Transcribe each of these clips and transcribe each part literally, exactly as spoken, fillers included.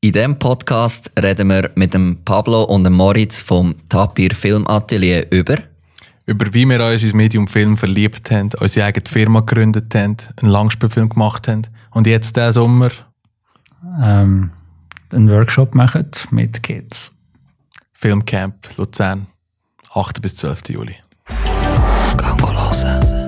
In diesem Podcast reden wir mit dem Pablo und dem Moritz vom Tapir Filmatelier über über wie wir uns ins Medium Film verliebt haben, unsere eigene Firma gegründet haben, einen Langspielfilm gemacht haben und jetzt diesen Sommer ähm, einen Workshop machen mit Kids. Filmcamp Luzern, achten bis zwölften Juli. Gang hören.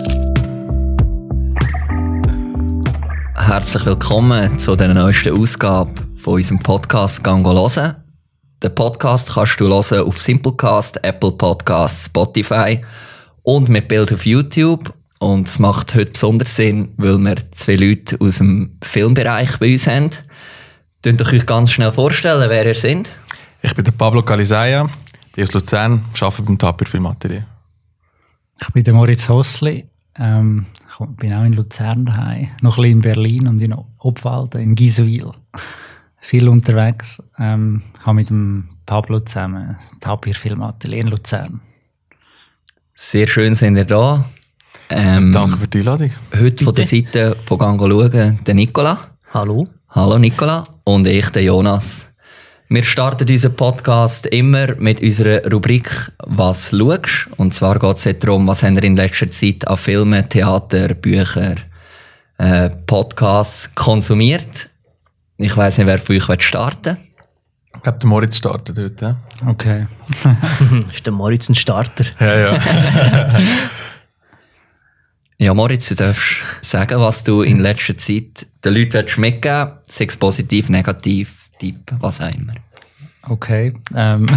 Herzlich willkommen zu der neuesten Ausgabe von unserem Podcast «Gang hören». Den Podcast kannst du hören auf Simplecast, Apple Podcasts, Spotify und mit Bild auf YouTube. Und es macht heute besonders Sinn, weil wir zwei Leute aus dem Filmbereich bei uns haben. Könnt ihr euch ganz schnell vorstellen, wer ihr seid? Ich bin der Pablo Calisaya, bin aus Luzern, arbeite beim Tapir Filmatelier. Ich bin der Moritz Hossli, ähm, ich bin auch in Luzern daheim, noch ein bisschen in Berlin und in Obwalden, in Giswil. Viel unterwegs. Ähm, ich habe mit dem Pablo zusammen das Tapir Filmatelier in Luzern. Sehr schön sind ihr da. Ähm, Danke für die Einladung. Heute Bitte. Von der Seite von «Gang schauen» der Nicola. Hallo. Hallo Nicola. Und ich, der Jonas. Wir starten unseren Podcast immer mit unserer Rubrik «Was schaust?». Und zwar geht es darum, was haben wir in letzter Zeit an Filmen, Theater, Bücher, äh, Podcasts konsumiert. Ich weiss nicht, wer von euch starten will. Ich glaube, der Moritz startet heute. Ja? Okay. Ist der Moritz ein Starter? Ja, ja. Ja, Moritz, du darfst sagen, was du in letzter Zeit den Leuten mitgeben willst. Sei es positiv, negativ, Tipp, was auch immer. Okay. Ähm.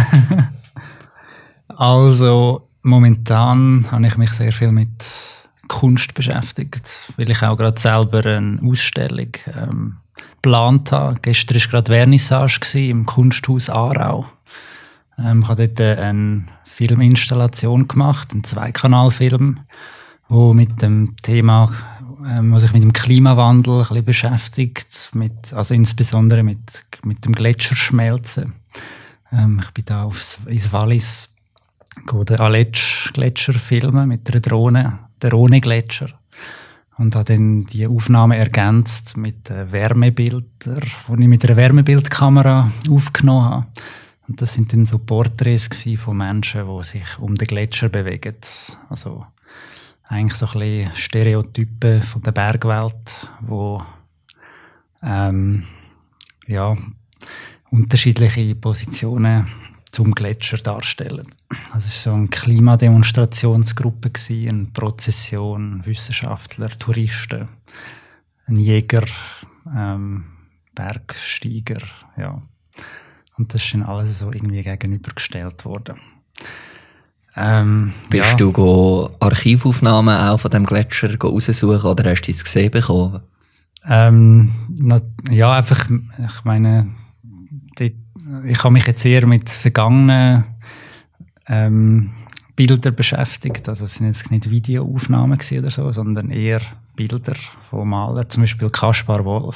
Also, momentan habe ich mich sehr viel mit Kunst beschäftigt, weil ich auch gerade selber eine Ausstellung ähm, geplant habe. Gestern war gerade Vernissage im Kunsthaus Aarau. Ähm, ich habe dort eine Filminstallation gemacht, einen Zweikanalfilm, wo mit dem Thema, ähm, was sich mit dem Klimawandel ein bisschen beschäftigt, mit, also insbesondere mit, mit dem Gletscherschmelzen. Ähm, ich bin da aufs, ins Wallis, gehe den Aletsch-Gletscher filmen mit einer Drohne, der Rhone-Gletscher. Und habe dann die Aufnahme ergänzt mit Wärmebildern, die ich mit einer Wärmebildkamera aufgenommen habe. Und das sind dann so Porträts von Menschen, die sich um den Gletscher bewegen. Also eigentlich so ein bisschen Stereotypen von der Bergwelt, wo ähm, ja, unterschiedliche Positionen zum Gletscher darstellen. Das war so eine Klimademonstrationsgruppe, eine Prozession, Wissenschaftler, Touristen, ein Jäger, ähm, Bergsteiger, ja. Und das ist dann alles so irgendwie gegenübergestellt worden. Ähm, Bist ja. du go Archivaufnahmen auch von dem Gletscher raussuchen oder hast du es gesehen bekommen? Ähm, na, ja, einfach, ich meine, die, ich habe mich jetzt eher mit vergangenen ähm, Bildern beschäftigt. Also es sind jetzt nicht Videoaufnahmen oder so, sondern eher Bilder von Malern, zum Beispiel Kaspar Wolf.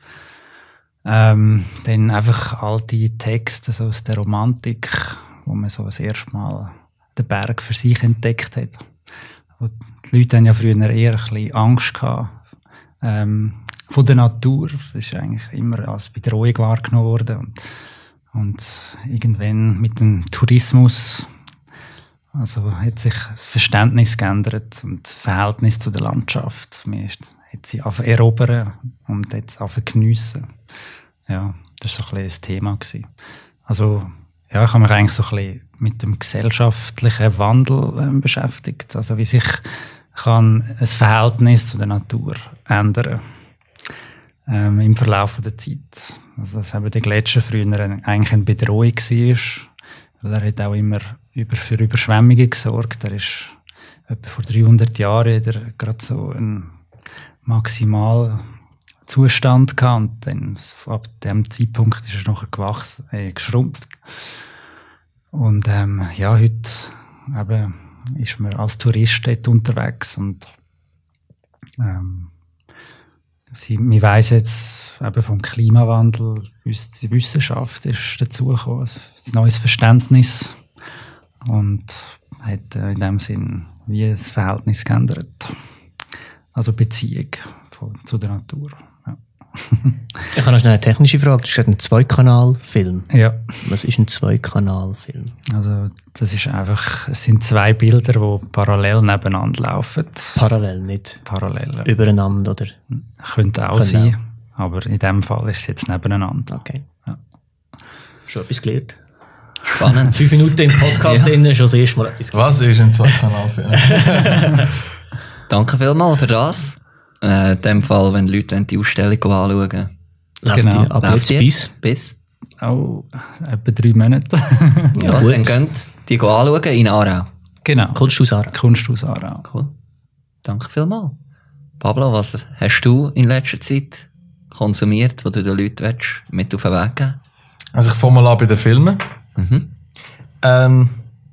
Ähm, dann einfach alte Texte so aus der Romantik, wo man so das erste Mal den Berg für sich entdeckt hat. Und die Leute haben ja früher eher ein bisschen Angst gehabt, ähm, von der Natur. Das ist eigentlich immer als Bedrohung wahrgenommen worden. Und, und irgendwann mit dem Tourismus, also hat sich das Verständnis geändert und das Verhältnis zu der Landschaft. Man hat sie angefangen zu erobern und jetzt angefangen zu geniessen. Ja, das war so ein bisschen das Thema gewesen. Also, ja, ich habe mich eigentlich so ein bisschen mit dem gesellschaftlichen Wandel ähm, beschäftigt. Also, wie sich kann ein Verhältnis zu der Natur ändern ähm, im Verlauf der Zeit. Also, dass eben der Gletscher früher eigentlich eine Bedrohung war, weil er hat auch immer über, für Überschwemmungen gesorgt. Er ist etwa vor dreihundert Jahren hat er gerade so einen Maximalzustand gehabt und dann ab dem Zeitpunkt ist er noch gewachsen, äh, geschrumpft. Und ähm, ja, heute eben ist man als Tourist dort unterwegs und ähm, sie, man weiss jetzt eben vom Klimawandel, die Wissenschaft ist dazugekommen, ein neues Verständnis und hat äh, in dem Sinn wie das Verhältnis geändert. Also Beziehung von, zu der Natur. Ja. Ich habe noch schnell eine technische Frage. Das ist ein Zweikanalfilm. Ja, Was ist ein Zweikanalfilm? also das ist einfach, es sind zwei Bilder, die parallel nebeneinander laufen. Parallel, nicht Parallel. übereinander, oder? Könnte auch Könnte sein, aber in dem Fall ist es jetzt nebeneinander. Okay. Ja. Schon etwas gelernt. Spannend. Fünf Minuten im Podcast Ja. drin, schon das erste Mal etwas gelernt. Was ist ein Zweikanalfilm? Danke vielmals für das. Äh, in dem Fall, wenn die Leute die Ausstellung anschauen. Läuft Genau. die ab Läuft jetzt bis? Bis? Auch etwa drei Monate. Ja, gut. dann könnt die anschauen in Aarau. Genau. Kunsthaus Aarau. Kunsthaus Aarau. Cool. Danke vielmals. Pablo, was hast du in letzter Zeit konsumiert, was du den Leuten willst, mit auf den Weg geben? Also ich fange mal an bei den Filmen. Mhm. Ähm,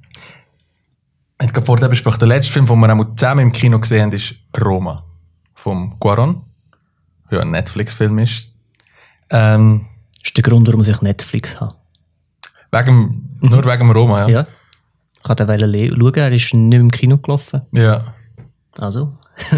ich habe vorher besprochen, der letzte Film, den wir auch zusammen im Kino gesehen haben, ist Roma. Vom Cuarón. Ja, ein Netflix-Film ist. Ähm, Das ist der Grund, warum ich Netflix habe. wegen, nur wegen dem Roma, ja. Ja. Ich wollte ihn le- schauen, er ist nicht im Kino gelaufen. Ja. Also.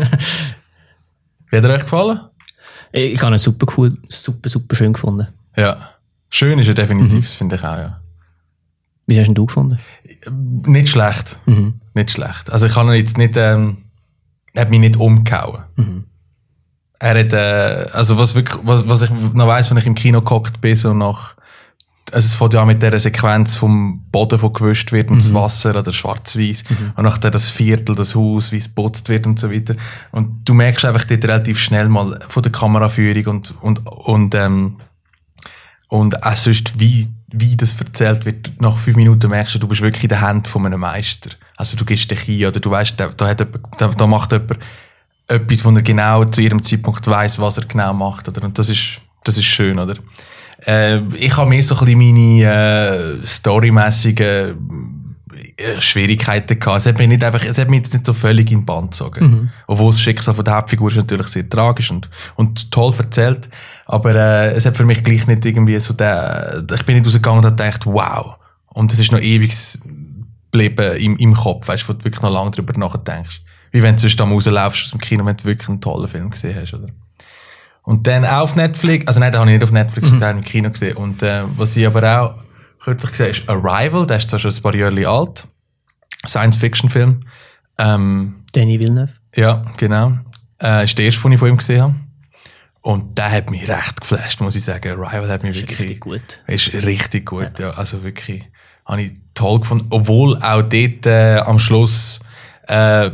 Wie hat er euch gefallen? Ich habe ihn super cool, super, super schön gefunden. Ja. Schön ist er definitiv, das finde ich auch, ja. Wie hast ihn du gefunden? Nicht schlecht. Mhm. Nicht schlecht. Also ich kann ihn jetzt nicht, ähm, er hat mich nicht umgehauen. Mhm. Er hat, äh, also was wirklich, was, was ich noch weiss, wenn ich im Kino gehockt bin, so nach, also es fängt ja an mit dieser Sequenz vom Boden, wo gewischt wird, und das Wasser oder schwarz-weiß, und nachher das Viertel, das Haus, wie es putzt wird und so weiter. Und du merkst einfach dort relativ schnell mal von der Kameraführung und, und, und, ähm, und auch sonst, wie, wie das erzählt wird, nach fünf Minuten merkst du, du bist wirklich in den Händen von einem Meister. Also du gehst dich hin, oder du weißt, da, da, hat jemand, da, da macht jemand etwas, wo er genau zu ihrem Zeitpunkt weiss, was er genau macht, oder? Und das ist, das ist schön, oder? Äh, ich habe mehr so ein bisschen meine äh, storymässigen äh, Schwierigkeiten gehabt. Es hat mich nicht einfach, es hat mich jetzt nicht so völlig in den Bann gezogen. Mhm. Obwohl das Schicksal von der Hauptfigur ist natürlich sehr tragisch und, und toll erzählt. Aber äh, es hat für mich gleich nicht irgendwie so der, ich bin nicht rausgegangen und habe gedacht, wow. Und es ist noch ewig geblieben im, im Kopf, weißt du, wo du wirklich noch lange drüber nachdenkst. Wie wenn du sonst am rauslaufst aus dem Kino, wenn du wirklich einen tollen Film gesehen hast, oder? Und dann auch auf Netflix, also nein, den habe ich nicht auf Netflix, mhm. den habe ich im Kino gesehen. Und äh, was ich aber auch kürzlich gesehen habe, ist Arrival, der ist zwar schon ein paar Jahre alt. Science-Fiction-Film. Ähm, Denis Villeneuve. Ja, genau. Äh, ist der erste, den ich von ihm gesehen habe. Und der hat mich recht geflasht, muss ich sagen. Arrival hat mich Ist wirklich... richtig gut. Ist richtig gut, ja. ja. Also wirklich, habe ich toll gefunden. Obwohl auch dort äh, am Schluss... Äh,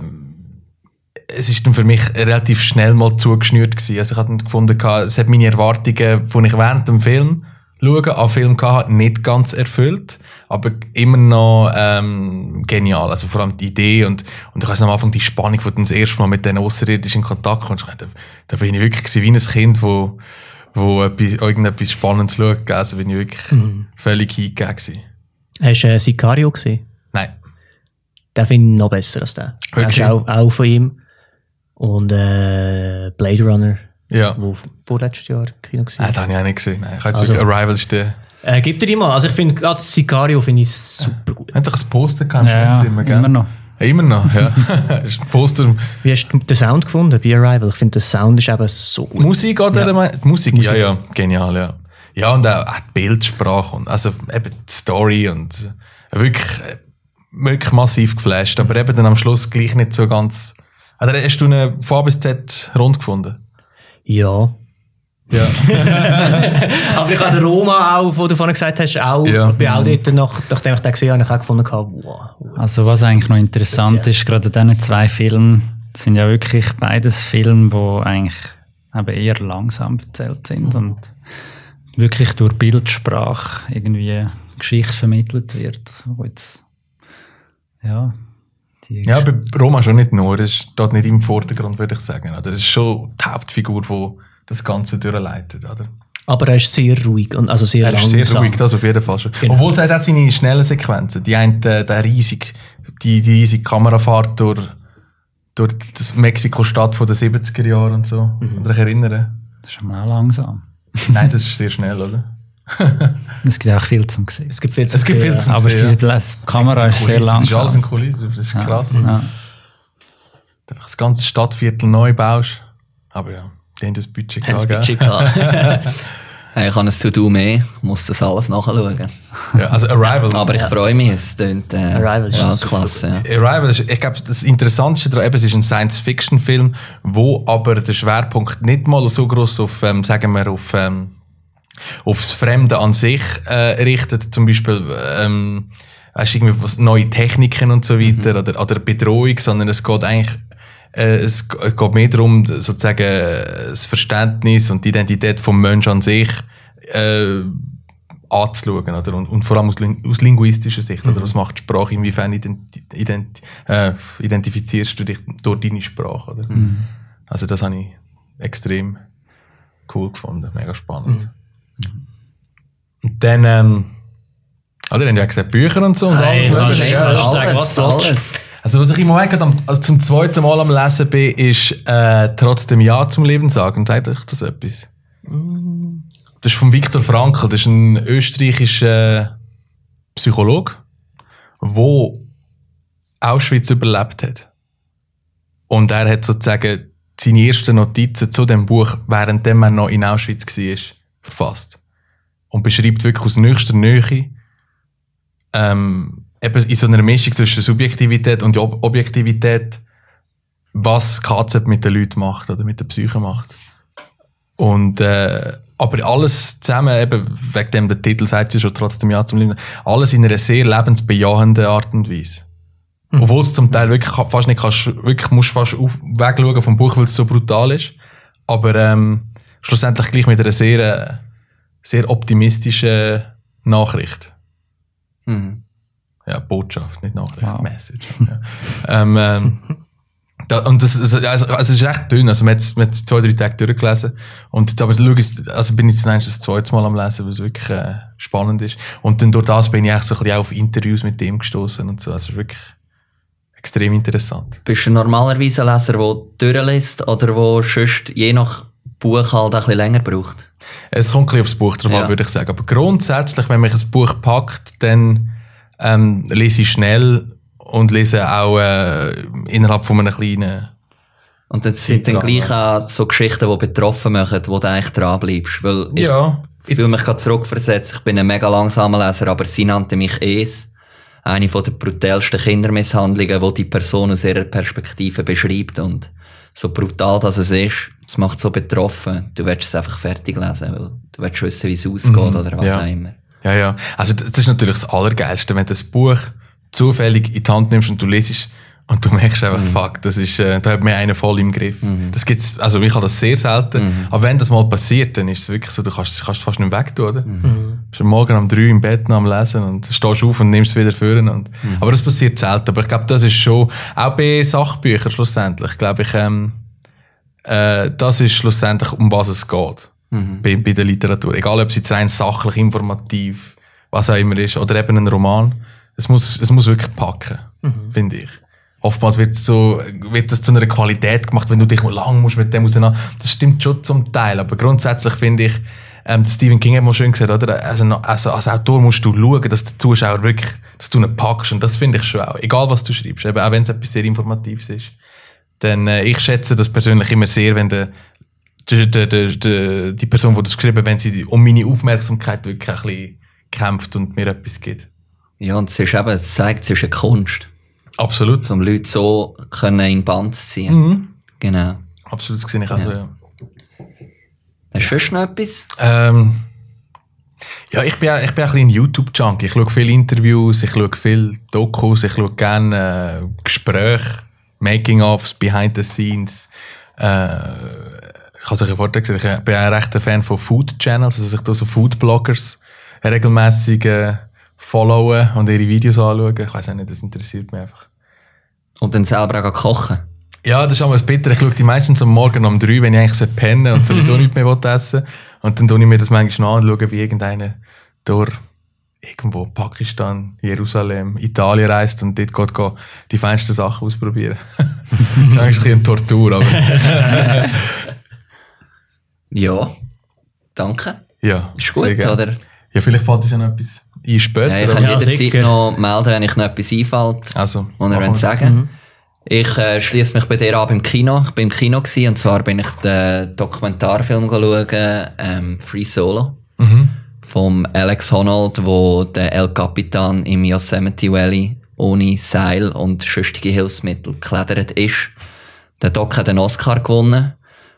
es ist dann für mich relativ schnell mal zugeschnürt gewesen. Also ich hatte gefunden, es hat meine Erwartungen, die ich während dem Film schaue, an Film hatte, nicht ganz erfüllt, aber immer noch ähm, genial. Also vor allem die Idee und, und ich weiss am Anfang die Spannung, wo du das erste Mal mit den Außerirdischen in Kontakt kommst. Da, da bin ich wirklich wie ein Kind, wo, wo etwas, irgendetwas Spannendes schaut. Also bin ich wirklich mhm. völlig hingegeben gewesen. Hast du äh, Sicario gesehen? Nein. Den finde ich noch besser als den. Okay. Der ist auch, auch von ihm. Und äh, Blade Runner, ja. wo vorletztes Jahr im Kino war. Nein, den habe ich auch nicht gesehen. Nein, ich habe jetzt Also, wirklich Arrival ist der... Äh, gib dir die mal. Also ich finde, gerade Sicario finde ich super gut. Hat doch ein Poster gehabt im Ja, Schlafzimmer, gell? immer noch. Ja, immer noch, ja. Das ist ein Poster. Wie hast du den Sound gefunden bei Arrival? Ich finde, der Sound ist eben so gut. Musik, oder? Ja. Die Musik, Musik, ja, ja, genial, ja. Ja, und auch, auch die Bildsprache und also eben die Story und wirklich, wirklich massiv geflasht, aber eben dann am Schluss gleich nicht so ganz... Also hast du eine von A bis Z rund gefunden? Ja. Ja. Aber ich habe den Roma auch, wo du vorhin gesagt hast, auch, Ja. bin auch dort, nach, nachdem ich den gesehen habe, habe ich auch gefunden, wow. Also was eigentlich noch interessant ist, gerade in diesen zwei Filmen, sind ja wirklich beides Filme, die eigentlich eben eher langsam erzählt sind mhm. und wirklich durch Bildsprache irgendwie Geschichte vermittelt wird. Wo jetzt, ja, die Ja, bei Roma schon nicht nur, das steht nicht im Vordergrund, würde ich sagen. Das ist schon die Hauptfigur, die das Ganze durchleitet, oder? Aber er ist sehr ruhig, und also sehr Er ist langsam. sehr ruhig, das auf jeden Fall schon. Genau. Obwohl es hat auch seine schnellen Sequenzen. Die eine, der, der riesig, die, die riesige Kamerafahrt durch, durch das Mexiko-Stadt von den siebziger Jahren und so. Mhm. Oder ich erinnere? Das ist schon mal auch langsam. Nein, das ist sehr schnell, oder? Es gibt auch viel zum sehen. Es gibt viel zu Es gibt viel sehen, zum Aber sehen, die ja. Kamera ist sehr Das ist langsam. alles in Kulissen, das ist krass. Ja. Du einfach das ganze Stadtviertel neu baust. Aber ja, Die haben das Budget Haben das gehabt, Budget gell? gehabt. Hey, ich habe ein To-Do mehr, muss das alles nachschauen. Ja, also Arrival. Aber ich freue mich, es klingt äh, Arrival ist Weltklasse. Ja. Arrival ist, ich glaube, das Interessanteste daran, eben, es ist ein Science-Fiction-Film, wo aber der Schwerpunkt nicht mal so gross auf, ähm, sagen wir, auf, ähm, aufs Fremde an sich äh, richtet. Zum Beispiel, ähm, weißt, irgendwie was, neue Techniken und so weiter, mhm. oder, oder Bedrohung, sondern es geht eigentlich, äh, es geht mehr darum, sozusagen, äh, das Verständnis und die Identität vom Menschen an sich, äh, anzuschauen, oder? Und, und vor allem aus, aus linguistischer Sicht, mhm. oder? Was macht Sprache? Inwiefern identi identi äh, identifizierst du dich durch deine Sprache, oder? Mhm. Also das habe ich extrem cool gefunden, mega spannend. Mhm. Und dann, ähm, oder? Ihr habt ja gesagt, Bücher und so und hey, alles. Hey, alles, alles, alles. Also was ich im Moment am, also zum zweiten Mal am Lesen bin, ist äh, «Trotzdem Ja zum Leben sagen». Sagt euch das etwas? Mm. Das ist von Viktor Frankl. Das ist ein österreichischer Psychologe, der Auschwitz überlebt hat. Und er hat sozusagen seine ersten Notizen zu dem Buch, währenddem er noch in Auschwitz war, verfasst. Und beschreibt wirklich aus nächster Nähe, ähm, eben in so einer Mischung zwischen Subjektivität und Ob Objektivität, was K Z mit den Leuten macht oder mit der Psyche macht. Und, äh, aber alles zusammen, eben, wegen dem der Titel sagt sie schon trotzdem Ja zum Leben, alles in einer sehr lebensbejahenden Art und Weise. Mhm. Obwohl es zum Teil wirklich fast nicht kannst, wirklich musst fast auf, wegschauen vom Buch, weil es so brutal ist. Aber, ähm, schlussendlich gleich mit einer sehr, sehr optimistischen Nachricht. Mhm. Ja, Botschaft, nicht Nachricht, Wow. Message. Ja. ähm, ähm, da, und das, also, also, es ist recht dünn, also man hat es zwei, drei Tage durchgelesen und jetzt aber schau ich, also bin ich jetzt das zweite Mal am Lesen, weil es wirklich äh, spannend ist. Und dann durch das bin ich eigentlich so ein bisschen auch auf Interviews mit dem gestoßen und so, also es ist wirklich extrem interessant. Bist du normalerweise ein Leser, der durchliest oder der sonst je nach Buch halt ein bisschen länger braucht? Es kommt ein bisschen aufs Buch drauf an, Ja. würde ich sagen. Aber grundsätzlich, wenn mich ein Buch packt, dann ähm, lese ich schnell und lese auch äh, innerhalb von einem kleinen... Und das sind dann gleich auch so Geschichten, die betroffen machen, wo du eigentlich dranbleibst. Weil ich Ja. fühle mich gerade zurückversetzt. Ich bin ein mega langsamer Leser, aber sie nannte mich Es. Eine von der brutalsten Kindermisshandlungen, die die Person aus ihrer Perspektive beschreibt. Und so brutal das es ist, es macht so betroffen. Du willst es einfach fertig lesen, weil du willst wissen, wie es ausgeht Mhm. oder was Ja. auch immer. Ja, ja. Also das ist natürlich das Allergeilste, wenn du das Buch zufällig in die Hand nimmst und du lesest und du merkst einfach, Mhm. fuck, das ist, äh, da hat mir einer voll im Griff. Mhm. Das gibt's, also ich habe das sehr selten, Mhm. aber wenn das mal passiert, dann ist es wirklich so, du kannst, kannst es fast nicht wegtun, oder? Mhm. Du bist am Morgen um drei im Bett noch am Lesen und stehst auf und nimmst es wieder vor. Und, Mhm. aber das passiert selten. Aber ich glaube, das ist schon, auch bei Sachbüchern schlussendlich, glaube ich, ähm, äh, das ist schlussendlich, um was es geht. Mhm. Bei, bei der Literatur. Egal, ob es jetzt rein sachlich, informativ, was auch immer ist, oder eben ein Roman. Es muss, es muss wirklich packen, Mhm. finde ich. Oftmals wird, so, wird das zu einer Qualität gemacht, wenn du dich lang musst mit dem auseinander. Das stimmt schon zum Teil, aber grundsätzlich finde ich, ähm, der Stephen King hat mal schön gesagt, oder? Also, also als Autor musst du schauen, dass der Zuschauer wirklich, dass du ihn packst, und das finde ich schon auch. Egal, was du schreibst, eben auch wenn es etwas sehr Informatives ist. Denn äh, ich schätze das persönlich immer sehr, wenn der, der, der, der, der, die Person, die das geschrieben hat, wenn sie um meine Aufmerksamkeit wirklich ein bisschen kämpft und mir etwas gibt. Ja, und es ist eben, es zeigt, es ist eine Kunst, Absolut. um Leute so können in Band zu ziehen. Mhm. Genau. Absolut, das sehe ich auch so, ja. Hast du sonst noch etwas? Ähm, ja, ich bin, auch- ich bin auch ein bisschen ein YouTube-Junkie. Ich schaue viele Interviews, ich schaue viele Dokus, ich schaue gerne äh, Gespräche, Making-ofs, Behind the Scenes. Äh, ich habe es euch ja vorher gesagt, ich bin auch recht ein Fan von Food-Channels, also ich tue so Food-Bloggers regelmässig äh, followen und ihre Videos anschauen. Ich weiß auch nicht, das interessiert mich einfach. Und dann selber auch kochen? Ja, das ist aber das Bitter. Ich schaue die meistens am Morgen um drei, wenn ich eigentlich pennen und sowieso nichts mehr essen will. Und dann schaue ich mir das manchmal an und schaue, wie irgendeiner durch irgendwo Pakistan, Jerusalem, Italien reist und dort geht, geht die feinsten Sachen ausprobieren. Das ist eigentlich ein bisschen eine Tortur, aber Ja. Danke. ja. Ist gut, sehr gerne. oder? Ja, vielleicht fällt uns ja noch etwas ein später. Ja, ich aber- kann Ja, jederzeit sicher. noch melden, wenn ich noch etwas einfällt, also, was ihr machen wollt wir. sagen. Ich äh, schließe mich bei dir an beim Kino. Ich war im Kino gewesen, und zwar bin ich den Dokumentarfilm schauen, ähm, Free Solo. Mhm. Vom Alex Honnold, wo der El Capitan im Yosemite Valley ohne Seil und sonstige Hilfsmittel geklettert ist. Der Doc hat einen Oscar gewonnen.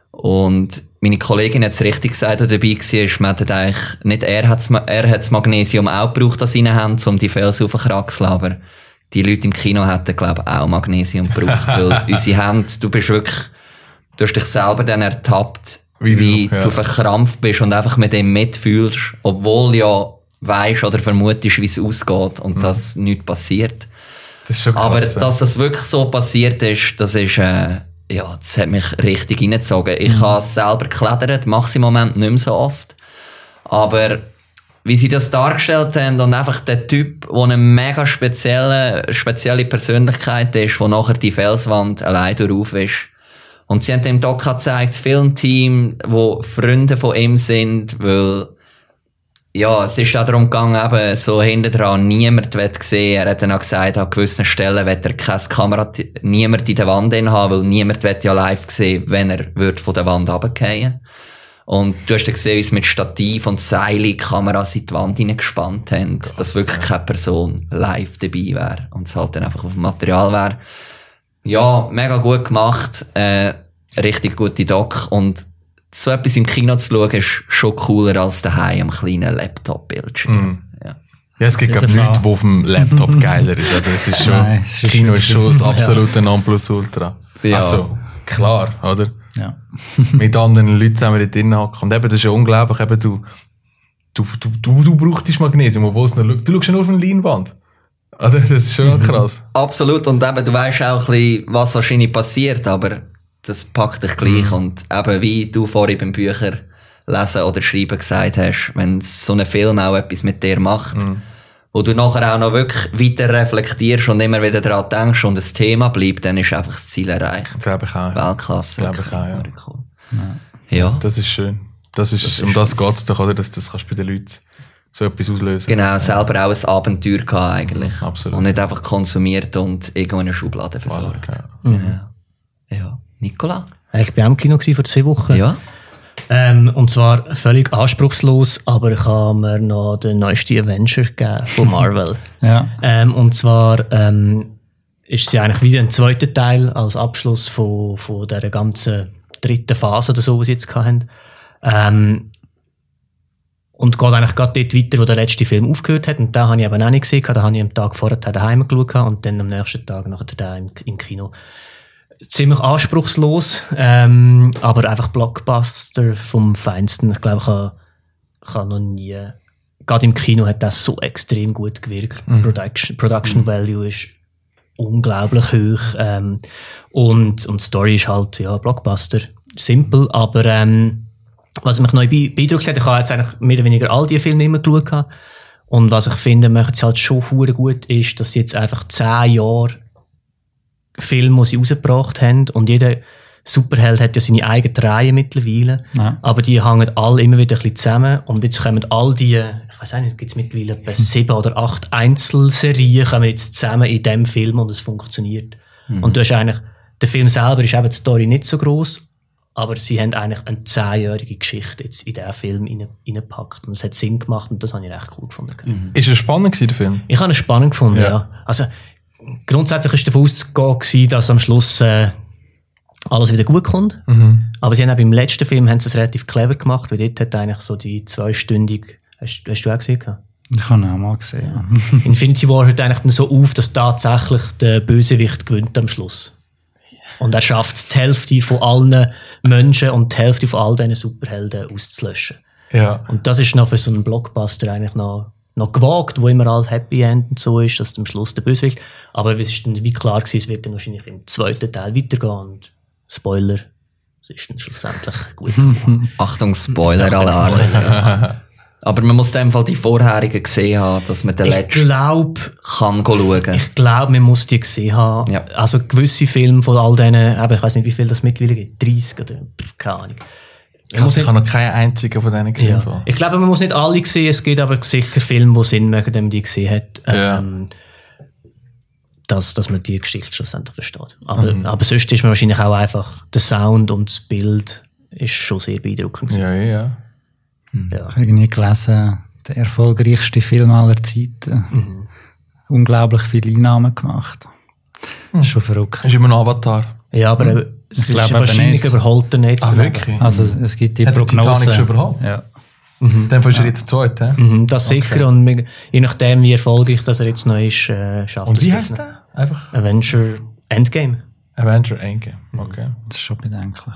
Und meine Kollegin hat es richtig gesagt, die dabei war, man hat eigentlich, nicht er hat er hat das Magnesium auch gebraucht, das sie haben, um die Felsen aufzukraxeln, aber die Leute im Kino hätten, glaube ich, auch Magnesium gebraucht, weil unsere Hände, du bist wirklich, du hast dich selber dann ertappt, wie, wie du, ja. du verkrampft bist und einfach mit dem mitfühlst, obwohl ja weisst oder vermutest, wie es ausgeht und mhm. dass nichts passiert. Das ist schon krass, aber ja. dass das wirklich so passiert ist, das ist, äh, ja, das hat mich richtig reingezogen. Ich mhm. habe selber geklettert, mache es im Moment nicht mehr so oft. Aber wie sie das dargestellt haben und einfach der Typ, der eine mega spezielle, spezielle Persönlichkeit ist, der nachher die Felswand allein durchauf ist. Und sie haben dem Doc gezeigt, das Filmteam, wo Freunde von ihm sind, weil ja, es ist auch darum gegangen, eben so hinten dran niemand wird sehen. Er hat dann auch gesagt, an gewissen Stellen wird er keine Kamera, niemand in der Wand haben, weil niemand wird ja live sehen, wenn er wird von der Wand runterfallen. Und du hast dann gesehen, wie sie mit Stativ und Seile Kameras in die Wand hineingespannt haben, Gott, dass wirklich keine Person live dabei wäre und es halt dann einfach auf dem Material wäre. Ja, mega gut gemacht, äh, richtig gute Doc, und so etwas im Kino zu schauen, ist schon cooler als daheim am kleinen Laptop-Bildschirm. Mm. Ja. ja, es gibt glaube nichts, wo auf dem Laptop geiler ist. Oder? Es ist schon, Nein, es ist Kino ist schon das absolute ja. Nonplusultra. Ja. Also, klar, oder? Ja. Mit anderen Leuten zusammen dort drinnen hocken. Und eben, das ist ja unglaublich, eben, du, du, du, du, du brauchst Magnesium, obwohl es noch, du schaust ja nur auf eine Leinwand. Also, das ist schon mhm. krass. Absolut, und eben, du weißt auch ein bisschen, was wahrscheinlich passiert, aber das packt dich gleich. Mhm. Und eben, wie du vorhin beim Bücher lesen oder schreiben gesagt hast, wenn so ein Film auch etwas mit dir macht, mhm. wo du nachher auch noch wirklich weiter reflektierst und immer wieder daran denkst und das Thema bleibt, dann ist einfach das Ziel erreicht. Glaube ich auch. Weltklasse. Glaube ich auch, ja. Cool. Ja. ja. Das ist schön. Das ist, das um ist das geht es doch, oder? Dass das kannst bei den Leuten so etwas auslösen. Genau, selber auch ein Abenteuer gehabt eigentlich. Mhm, absolut. Und nicht einfach konsumiert und irgendwo in eine Schublade versorgt. Ja. Mhm. Ja. ja. Nicola? Ich war auch im Kino vor zwei Wochen. Ja. Ähm, und zwar völlig anspruchslos, aber ich habe mir noch den neuesten Avenger gegeben von Marvel. ja. ähm, und zwar ähm, ist sie eigentlich wieder ein zweiter Teil als Abschluss von, von dieser ganzen dritten Phase oder so, die sie jetzt hatten. Ähm, und geht eigentlich gerade dort weiter, wo der letzte Film aufgehört hat. Und da habe ich eben auch nicht gesehen. Da habe ich am Tag vorher daheim geschaut und dann am nächsten Tag nachher da im, im Kino. Ziemlich anspruchslos, ähm, aber einfach Blockbuster vom Feinsten. Ich glaube, ich habe, ich habe noch nie, gerade im Kino hat das so extrem gut gewirkt. Mhm. Production, Production mhm. Value ist unglaublich hoch, ähm, und, und die Story ist halt, ja, Blockbuster. Simpel, aber, ähm, was mich neu beeindruckt hat, ich habe jetzt eigentlich mehr oder weniger all die Filme immer geschaut. Und was ich finde, machen sie halt schon verdammt gut, ist, dass sie jetzt einfach zehn Jahre Filme, die sie rausgebracht haben, und jeder Superheld hat ja seine eigene Reihe mittlerweile, ja. aber die hängen alle immer wieder ein bisschen zusammen, und jetzt kommen all die, ich weiß nicht, gibt es mittlerweile etwa sieben oder acht Einzelserien, kommen jetzt zusammen in diesem Film und es funktioniert. Mhm. Und du hast eigentlich, der Film selber ist eben die Story nicht so gross, aber sie haben eigentlich eine zehnjährige Geschichte jetzt in diesen Film reingepackt. Und es hat Sinn gemacht und das habe ich recht cool gefunden. Mhm. Ist es spannend gewesen, der Film? Ich habe es spannend gefunden, ja. ja. Also, grundsätzlich war davon auszugehen, dass am Schluss äh, alles wieder gut kommt. Mhm. Aber sie haben auch beim letzten Film haben sie es relativ clever gemacht, weil dort hat eigentlich so die zweistündige, hast, hast du auch gesehen? Ich habe auch mal gesehen, ja. Infinity War hört eigentlich dann so auf, dass tatsächlich der Bösewicht gewinnt am Schluss. Und er schafft es, die Hälfte von allen Menschen und die Hälfte von all diesen Superhelden auszulöschen. Ja. Und das ist noch für so einen Blockbuster eigentlich noch, noch gewagt, wo immer alles Happy End und so ist, dass am Schluss der Bösewicht. Aber es ist dann wie klar gewesen, es wird dann wahrscheinlich im zweiten Teil weitergehen. Und Spoiler, es ist dann schlussendlich gut. Achtung, Spoiler-Alarm. Aber man muss in dem Fall die vorherigen gesehen haben, dass man den ich letzten glaub, kann schauen. Ich glaube, man muss die gesehen haben. Ja. Also gewisse Filme von all denen, ich weiß nicht, wie viel das mittlerweile gibt, dreißig oder keine Ahnung. Ich, ich habe noch keinen einzigen von denen gesehen. Ja. Ich glaube, man muss nicht alle sehen, es gibt aber sicher Filme, die Sinn machen, wenn man die gesehen hat. Ja. Ähm, dass, dass man die Geschichte schlussendlich versteht. Aber, mhm. aber sonst ist man wahrscheinlich auch einfach, der Sound und das Bild ist schon sehr beeindruckend. Ja, ja, ja. Mhm. ja. Ich habe nie gelesen, der erfolgreichste Film aller Zeiten. Mhm. Unglaublich viele Einnahmen gemacht. Das ist schon verrückt. Ist immer ein Avatar. Ja, aber mhm. es ist wahrscheinlich überholt er nicht. Ah, wirklich? Also es gibt die Hat Prognose. Titanic schon überholt? Ja. Mhm. Dann ist er jetzt zweit, he? Mhm, das sicher. Okay. Und je nachdem, wie erfolgreich dass er jetzt noch ist, äh, schafft Und wie heißt der? Einfach? Avenger Endgame. Avenger Endgame, okay. Das ist schon bedenklich.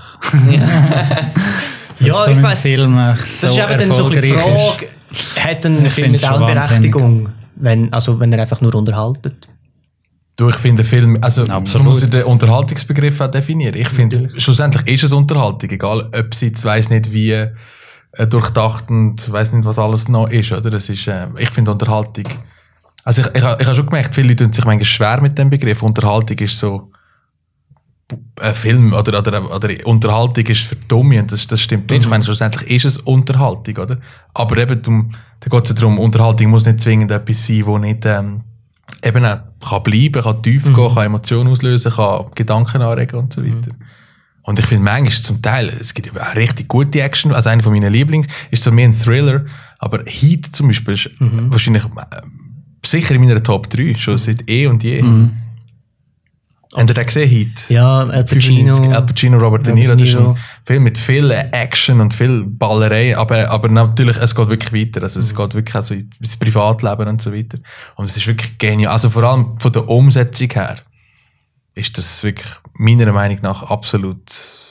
ja, so ich weiss. Film so das ist eben dann so eine Frage, hat ein Film nicht auch eine Berechtigung, wenn, also wenn er einfach nur unterhaltet? Du, ich finde Film, also Absolut. Man muss ja den Unterhaltungsbegriff auch definieren. Ich finde, schlussendlich ist es Unterhaltung, egal ob es jetzt weiss nicht wie äh, durchdacht und weiss nicht, was alles noch ist, oder? Das ist, äh, ich finde Unterhaltung, also ich, ich, ich habe schon gemerkt, viele Leute tun sich manchmal schwer mit dem Begriff. Unterhaltung ist so ein Film, oder, oder, oder Unterhaltung ist für Dumme, und das, das stimmt nicht. Mhm. Ich meine, schlussendlich ist es Unterhaltung, oder? Aber eben, da geht es ja darum, Unterhaltung muss nicht zwingend etwas sein, wo nicht ähm, eben auch kann bleiben, kann tief mhm. gehen, kann Emotionen auslösen, kann Gedanken anregen und so weiter. Mhm. Und ich finde manchmal zum Teil, es gibt auch richtig gute Action, also einer von meinen Lieblings ist so mehr ein Thriller, aber Heat zum Beispiel ist mhm. wahrscheinlich äh, sicher in meiner Top drei, schon seit eh und je. Mhm. Habt ihr den gesehen, Heat? Ja, Al Pacino. Al Pacino, Robert De Niro, das ist ein Film mit viel Action und viel Ballerei, aber, aber natürlich, es geht wirklich weiter, also es mhm. geht wirklich also ins Privatleben und so weiter. Und es ist wirklich genial, also vor allem von der Umsetzung her ist das wirklich meiner Meinung nach absolut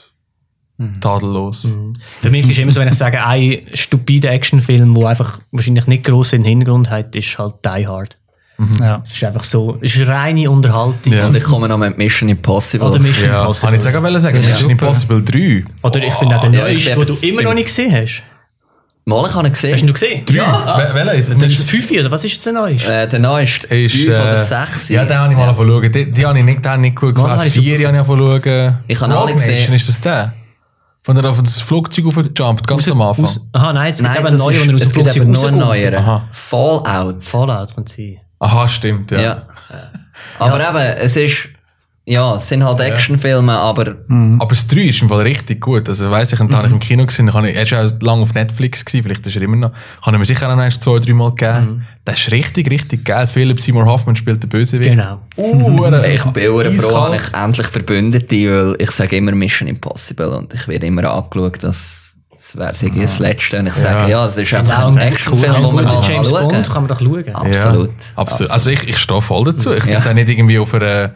mhm. tadellos. Mhm. Für mich ist immer so, wenn ich sage, ein stupider Actionfilm, der einfach wahrscheinlich nicht gross in den Hintergrund hat, ist halt Die Hard. Mhm. Ja. Es ist einfach so, es ist reine Unterhaltung. Ja. Und ich komme noch mit Mission Impossible. Oder Mission ja. Impossible. Kann ich jetzt auch sagen, Mission Impossible drei. Oder ich finde auch den oh, neuesten, ja, den du immer noch nicht gesehen hast. Mal, ich habe ihn gesehen. Hast du ihn gesehen? drei? Ja. Welcher? Das ist fünf oder was ist jetzt der neueste? Äh, der neueste ist fünf oder sechs. Ja, den habe ich mal ja. schauen. Die, die habe ich nicht, den nicht gut gefallen. vier habe ich schauen. Ich habe alle gesehen. Ist das der? Von der auf das Flugzeug aufgejumpt, ganz am Anfang. Aus, aha, nein, es gibt eben einen neuen, wo er aus dem Flugzeug rauskommt. Es gibt nur einen neueren. Fallout. Fallout kann sein. Aha, stimmt, ja. ja. Aber ja. eben, es ist, ja, es sind halt Actionfilme, aber... Mhm. Aber das drei ist im Fall richtig gut. Also weiss ich, und da habe ich im Kino gesehen, er war ja lange auf Netflix gewesen, vielleicht ist er immer noch, kann er mir sicher noch erst zwei, drei Mal gegeben. Mhm. Das ist richtig, richtig geil. Philip Seymour Hoffman spielt den Bösewicht. Genau. Uh, ich bin froh, dass ich endlich Verbündete, weil ich sage immer Mission Impossible und ich werde immer angeschaut, dass... Das wäre sicher das Letzte. Und ich sage, ja, ja es ist einfach ein Actionfilm, cool. wo man mal James Bond kann man doch schauen. Absolut. Ja, absolut. Also ich, ich stehe voll dazu. Ich finde es auch nicht irgendwie auf einer,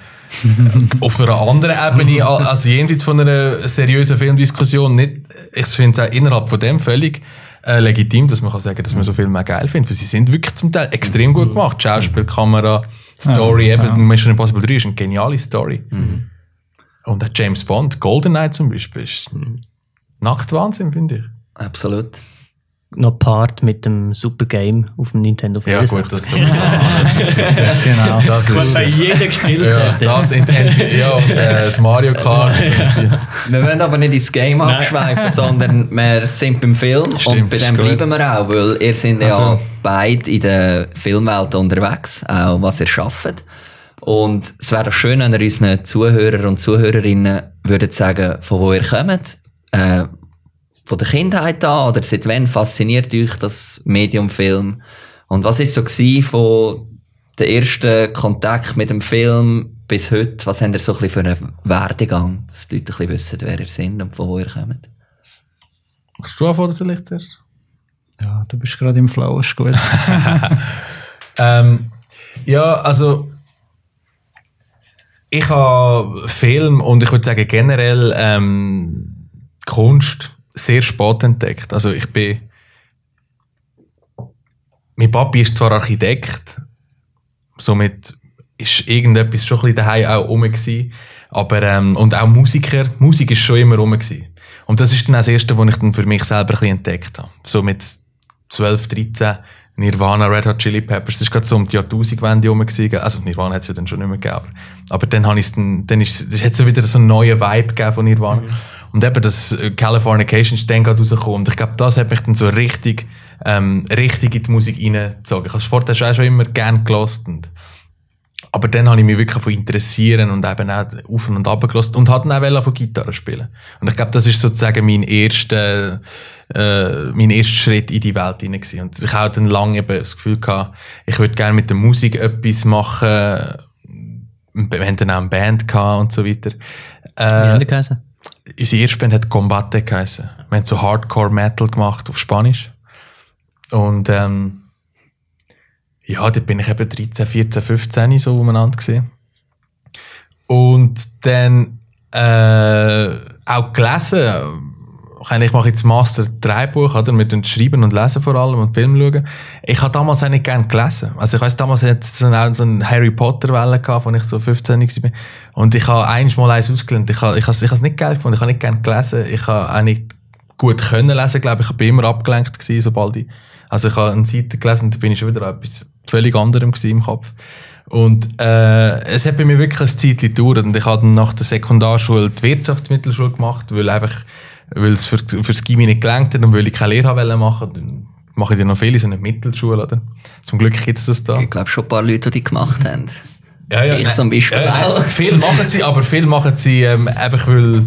auf einer anderen Ebene, also jenseits von einer seriösen Filmdiskussion, nicht, ich finde es auch innerhalb von dem völlig äh, legitim, dass man kann sagen, dass man so Filme geil findet. Weil sie sind wirklich zum Teil extrem gut gemacht. Schauspiel, Kamera, Story, ja, eben, ja. Mission Impossible drei ist eine geniale Story. Mhm. Und auch James Bond, GoldenEye zum Beispiel, ist Nacktwahnsinn, finde ich. Absolut. Noch Part mit dem Super Game auf dem Nintendo vierundsechzig. Ja gut, das ist genau. Das, das kann bei jeder gespielt ja, das in, ja, und äh, das Mario Kart. Ja. Wir wollen aber nicht ins Game abschweifen, sondern wir sind beim Film. Stimmt, und bei dem bleiben wir auch, weil ihr seid also. ja beide in der Filmwelt unterwegs, auch was ihr schafft. Und es wäre doch schön, wenn ihr unseren Zuhörer und Zuhörerinnen würdet sagen, von wo ihr kommt. Äh, von der Kindheit an, oder seit wann fasziniert euch das Medium Film? Und was ist so gewesen von der ersten Kontakt mit dem Film bis heute? Was habt ihr so ein bisschen für einen Werdegang, dass die Leute ein bisschen wissen, wer ihr seid und von wo ihr kommt? Machst du anfangen, vielleicht erst? Ja, du bist gerade im Flow, ist gut. ähm, ja, also ich habe Film und ich würde sagen generell ähm, Kunst sehr spät entdeckt. Also ich bin... Mein Papi ist zwar Architekt, somit ist irgendetwas schon ein bisschen daheim auch rum gewesen, aber ähm, und auch Musiker. Musik ist schon immer rum gewesen. Und das ist dann auch das Erste, was ich dann für mich selber ein bisschen entdeckt habe. So mit zwölf, dreizehn Nirvana, Red Hot Chili Peppers, das ist gerade so um die Jahrtausendwende herum gewesen. Also Nirvana hat es ja dann schon nicht mehr gegeben. Aber, aber dann habe ich dann, dann ist, es hat so wieder so einen neuen Vibe gegeben von Nirvana. Mhm. Und eben das Californication ist dann gerade rausgekommen. Und ich glaube, das hat mich dann so richtig, ähm, richtig in die Musik reingezogen. Ich habe es vorher schon immer gerne gehört. Und, Aber dann habe ich mich wirklich davon interessieren und eben auch auf und ab gelassen und hatte dann auch von Gitarre spielen. Und ich glaube, das ist sozusagen mein erster, äh, mein erster Schritt in die Welt hinein gewesen. Und ich habe dann lange eben das Gefühl gehabt, ich würde gerne mit der Musik etwas machen. Wir hatten dann auch eine Band gehabt und so weiter. Wie haben die geheißen? Unsere erste Band hat Combate geheißen. Wir haben so Hardcore Metal gemacht auf Spanisch. Und, ähm, ja, da bin ich eben dreizehn, vierzehn, fünfzehn so umeinander gesehen. Und dann äh, auch gelesen. Ich mache jetzt Master drei Buch, oder? Mit dem Schreiben und Lesen vor allem und Film schauen. Ich habe damals auch nicht gerne gelesen. Also ich weiss, damals hat es so eine, so eine Harry Potter Welle gehabt, als ich so fünfzehn war. Und ich habe eins mal eins ausgelernt. Ich habe, ich habe, ich habe es nicht geil gefunden. Ich habe nicht gerne gelesen. Ich habe auch nicht gut können lesen, glaube ich. Ich bin immer abgelenkt gewesen, sobald ich, also ich habe eine Seite gelesen und da bin ich schon wieder an etwas völlig anderem gewesen im Kopf. Und äh, es hat bei mir wirklich ein Zeitchen gedauert. Und ich habe dann nach der Sekundarschule die Wirtschaftsmittelschule gemacht, weil einfach weil es für, für das Gimmi nicht gelangt hat und weil ich keine Lehre machen wollte, dann mache ich dann noch viele so eine Mittelschule, oder? Zum Glück gibt es das da. Ich glaube schon ein paar Leute, die die gemacht haben. Ja, ja, ich nein, zum Beispiel äh, auch. Viel machen sie, aber viel machen sie ähm, einfach, weil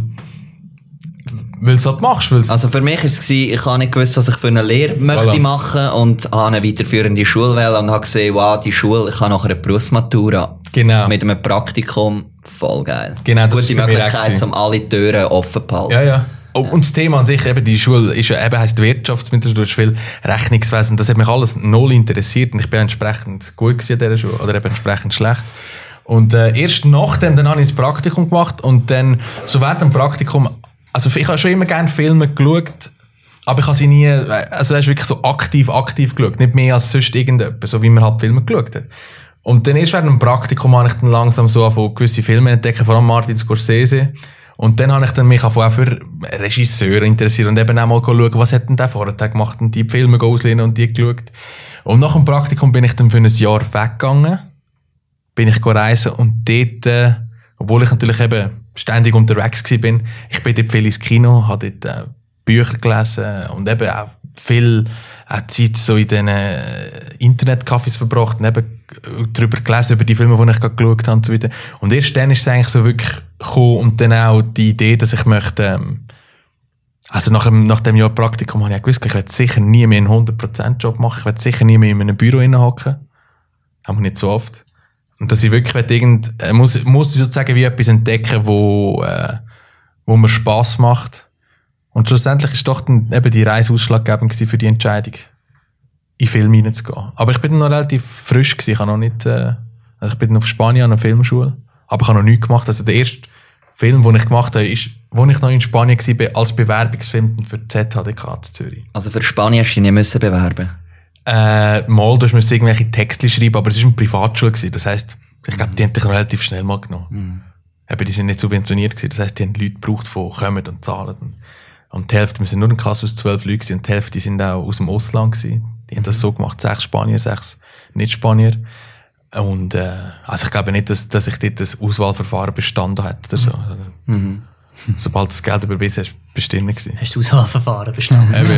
weil du es halt machst. Also für mich war es, ich habe nicht gewusst, was ich für eine Lehre möchte voilà. machen und habe eine weiterführende Schule wählen und habe gesehen, wow, die Schule, ich habe nachher eine Berufsmatura. Genau. Mit einem Praktikum, voll geil. Genau, das Gute ist bei mir Möglichkeit, um alle Türen offen zu behalten. Ja, ja. Oh, und das Thema an sich, eben die Schule, ist ja eben, heisst Wirtschaftsmittel, du hast viel Rechnungswesen, das hat mich alles null interessiert und ich bin entsprechend gut gewesen an dieser Schule, oder eben entsprechend schlecht. Und äh, erst nachdem, dann habe ich das Praktikum gemacht und dann, so während dem Praktikum, also ich habe schon immer gerne Filme geschaut, aber ich habe sie nie, also weißt, wirklich so aktiv, aktiv geschaut, nicht mehr als sonst irgendjemand, so wie man halt Filme geschaut hat. Und dann erst während dem Praktikum habe ich dann langsam so angefangen, gewisse Filme entdecken, vor allem Martin Scorsese. Und dann habe ich dann mich auch für Regisseure interessiert und eben auch mal schauen, was hat denn der vorher gemacht und die Filme auslehnen und die geschaut. Und nach dem Praktikum bin ich dann für ein Jahr weggegangen, bin ich reisen und dort, äh, obwohl ich natürlich eben ständig unterwegs war, bin, ich bin dort viel ins Kino, habe dort äh, Bücher gelesen und eben auch viel auch Zeit so in diesen äh, Internetcafés verbracht und eben darüber gelesen, über die Filme, die ich gerade geschaut habe und so weiter. Und erst dann ist es eigentlich so wirklich gekommen und dann auch die Idee, dass ich möchte, ähm, also nach dem, nach dem Jahr Praktikum habe ich auch gewusst, ich werde sicher nie mehr einen hundert Prozent Job machen, ich werde sicher nie mehr in einem Büro hocken. Haben wir nicht so oft. Und dass ich wirklich irgend, äh, muss, muss sozusagen wie etwas entdecken, wo, äh, wo mir Spass macht. Und schlussendlich ist doch dann eben die Reise ausschlaggebend gewesen für die Entscheidung, in Film hineinzugehen. Aber ich bin noch relativ frisch gewesen. Ich habe noch nicht, äh, also ich bin auf Spanien an einer Filmschule, aber ich habe noch nichts gemacht. Also der erste Film, den ich gemacht habe, ist, wo ich noch in Spanien war, als Bewerbungsfilm für Z H D K in Zürich. Also für Spanien hast du dich nicht bewerben. Äh, mal, du musst irgendwelche Texte schreiben, aber es war eine Privatschule gewesen. Das heisst, ich glaube, die haben dich relativ schnell mal genommen. Mhm. Aber die sind nicht subventioniert gewesen. Das heisst, die haben Leute gebraucht, die kommen und zahlen. Und die Hälfte, wir sind nur eine Klasse aus zwölf Leuten gewesen, und die Hälfte sind auch aus dem Ausland gewesen. Die haben das so gemacht, sechs Spanier, sechs Nicht-Spanier. Und, äh, also ich glaube nicht, dass, dass ich dort das Auswahlverfahren bestanden hätte oder so. Mhm. Sobald du das Geld überwiesen hast, bestimmt nicht gewesen. Hast du das Auswahlverfahren bestanden? Eben,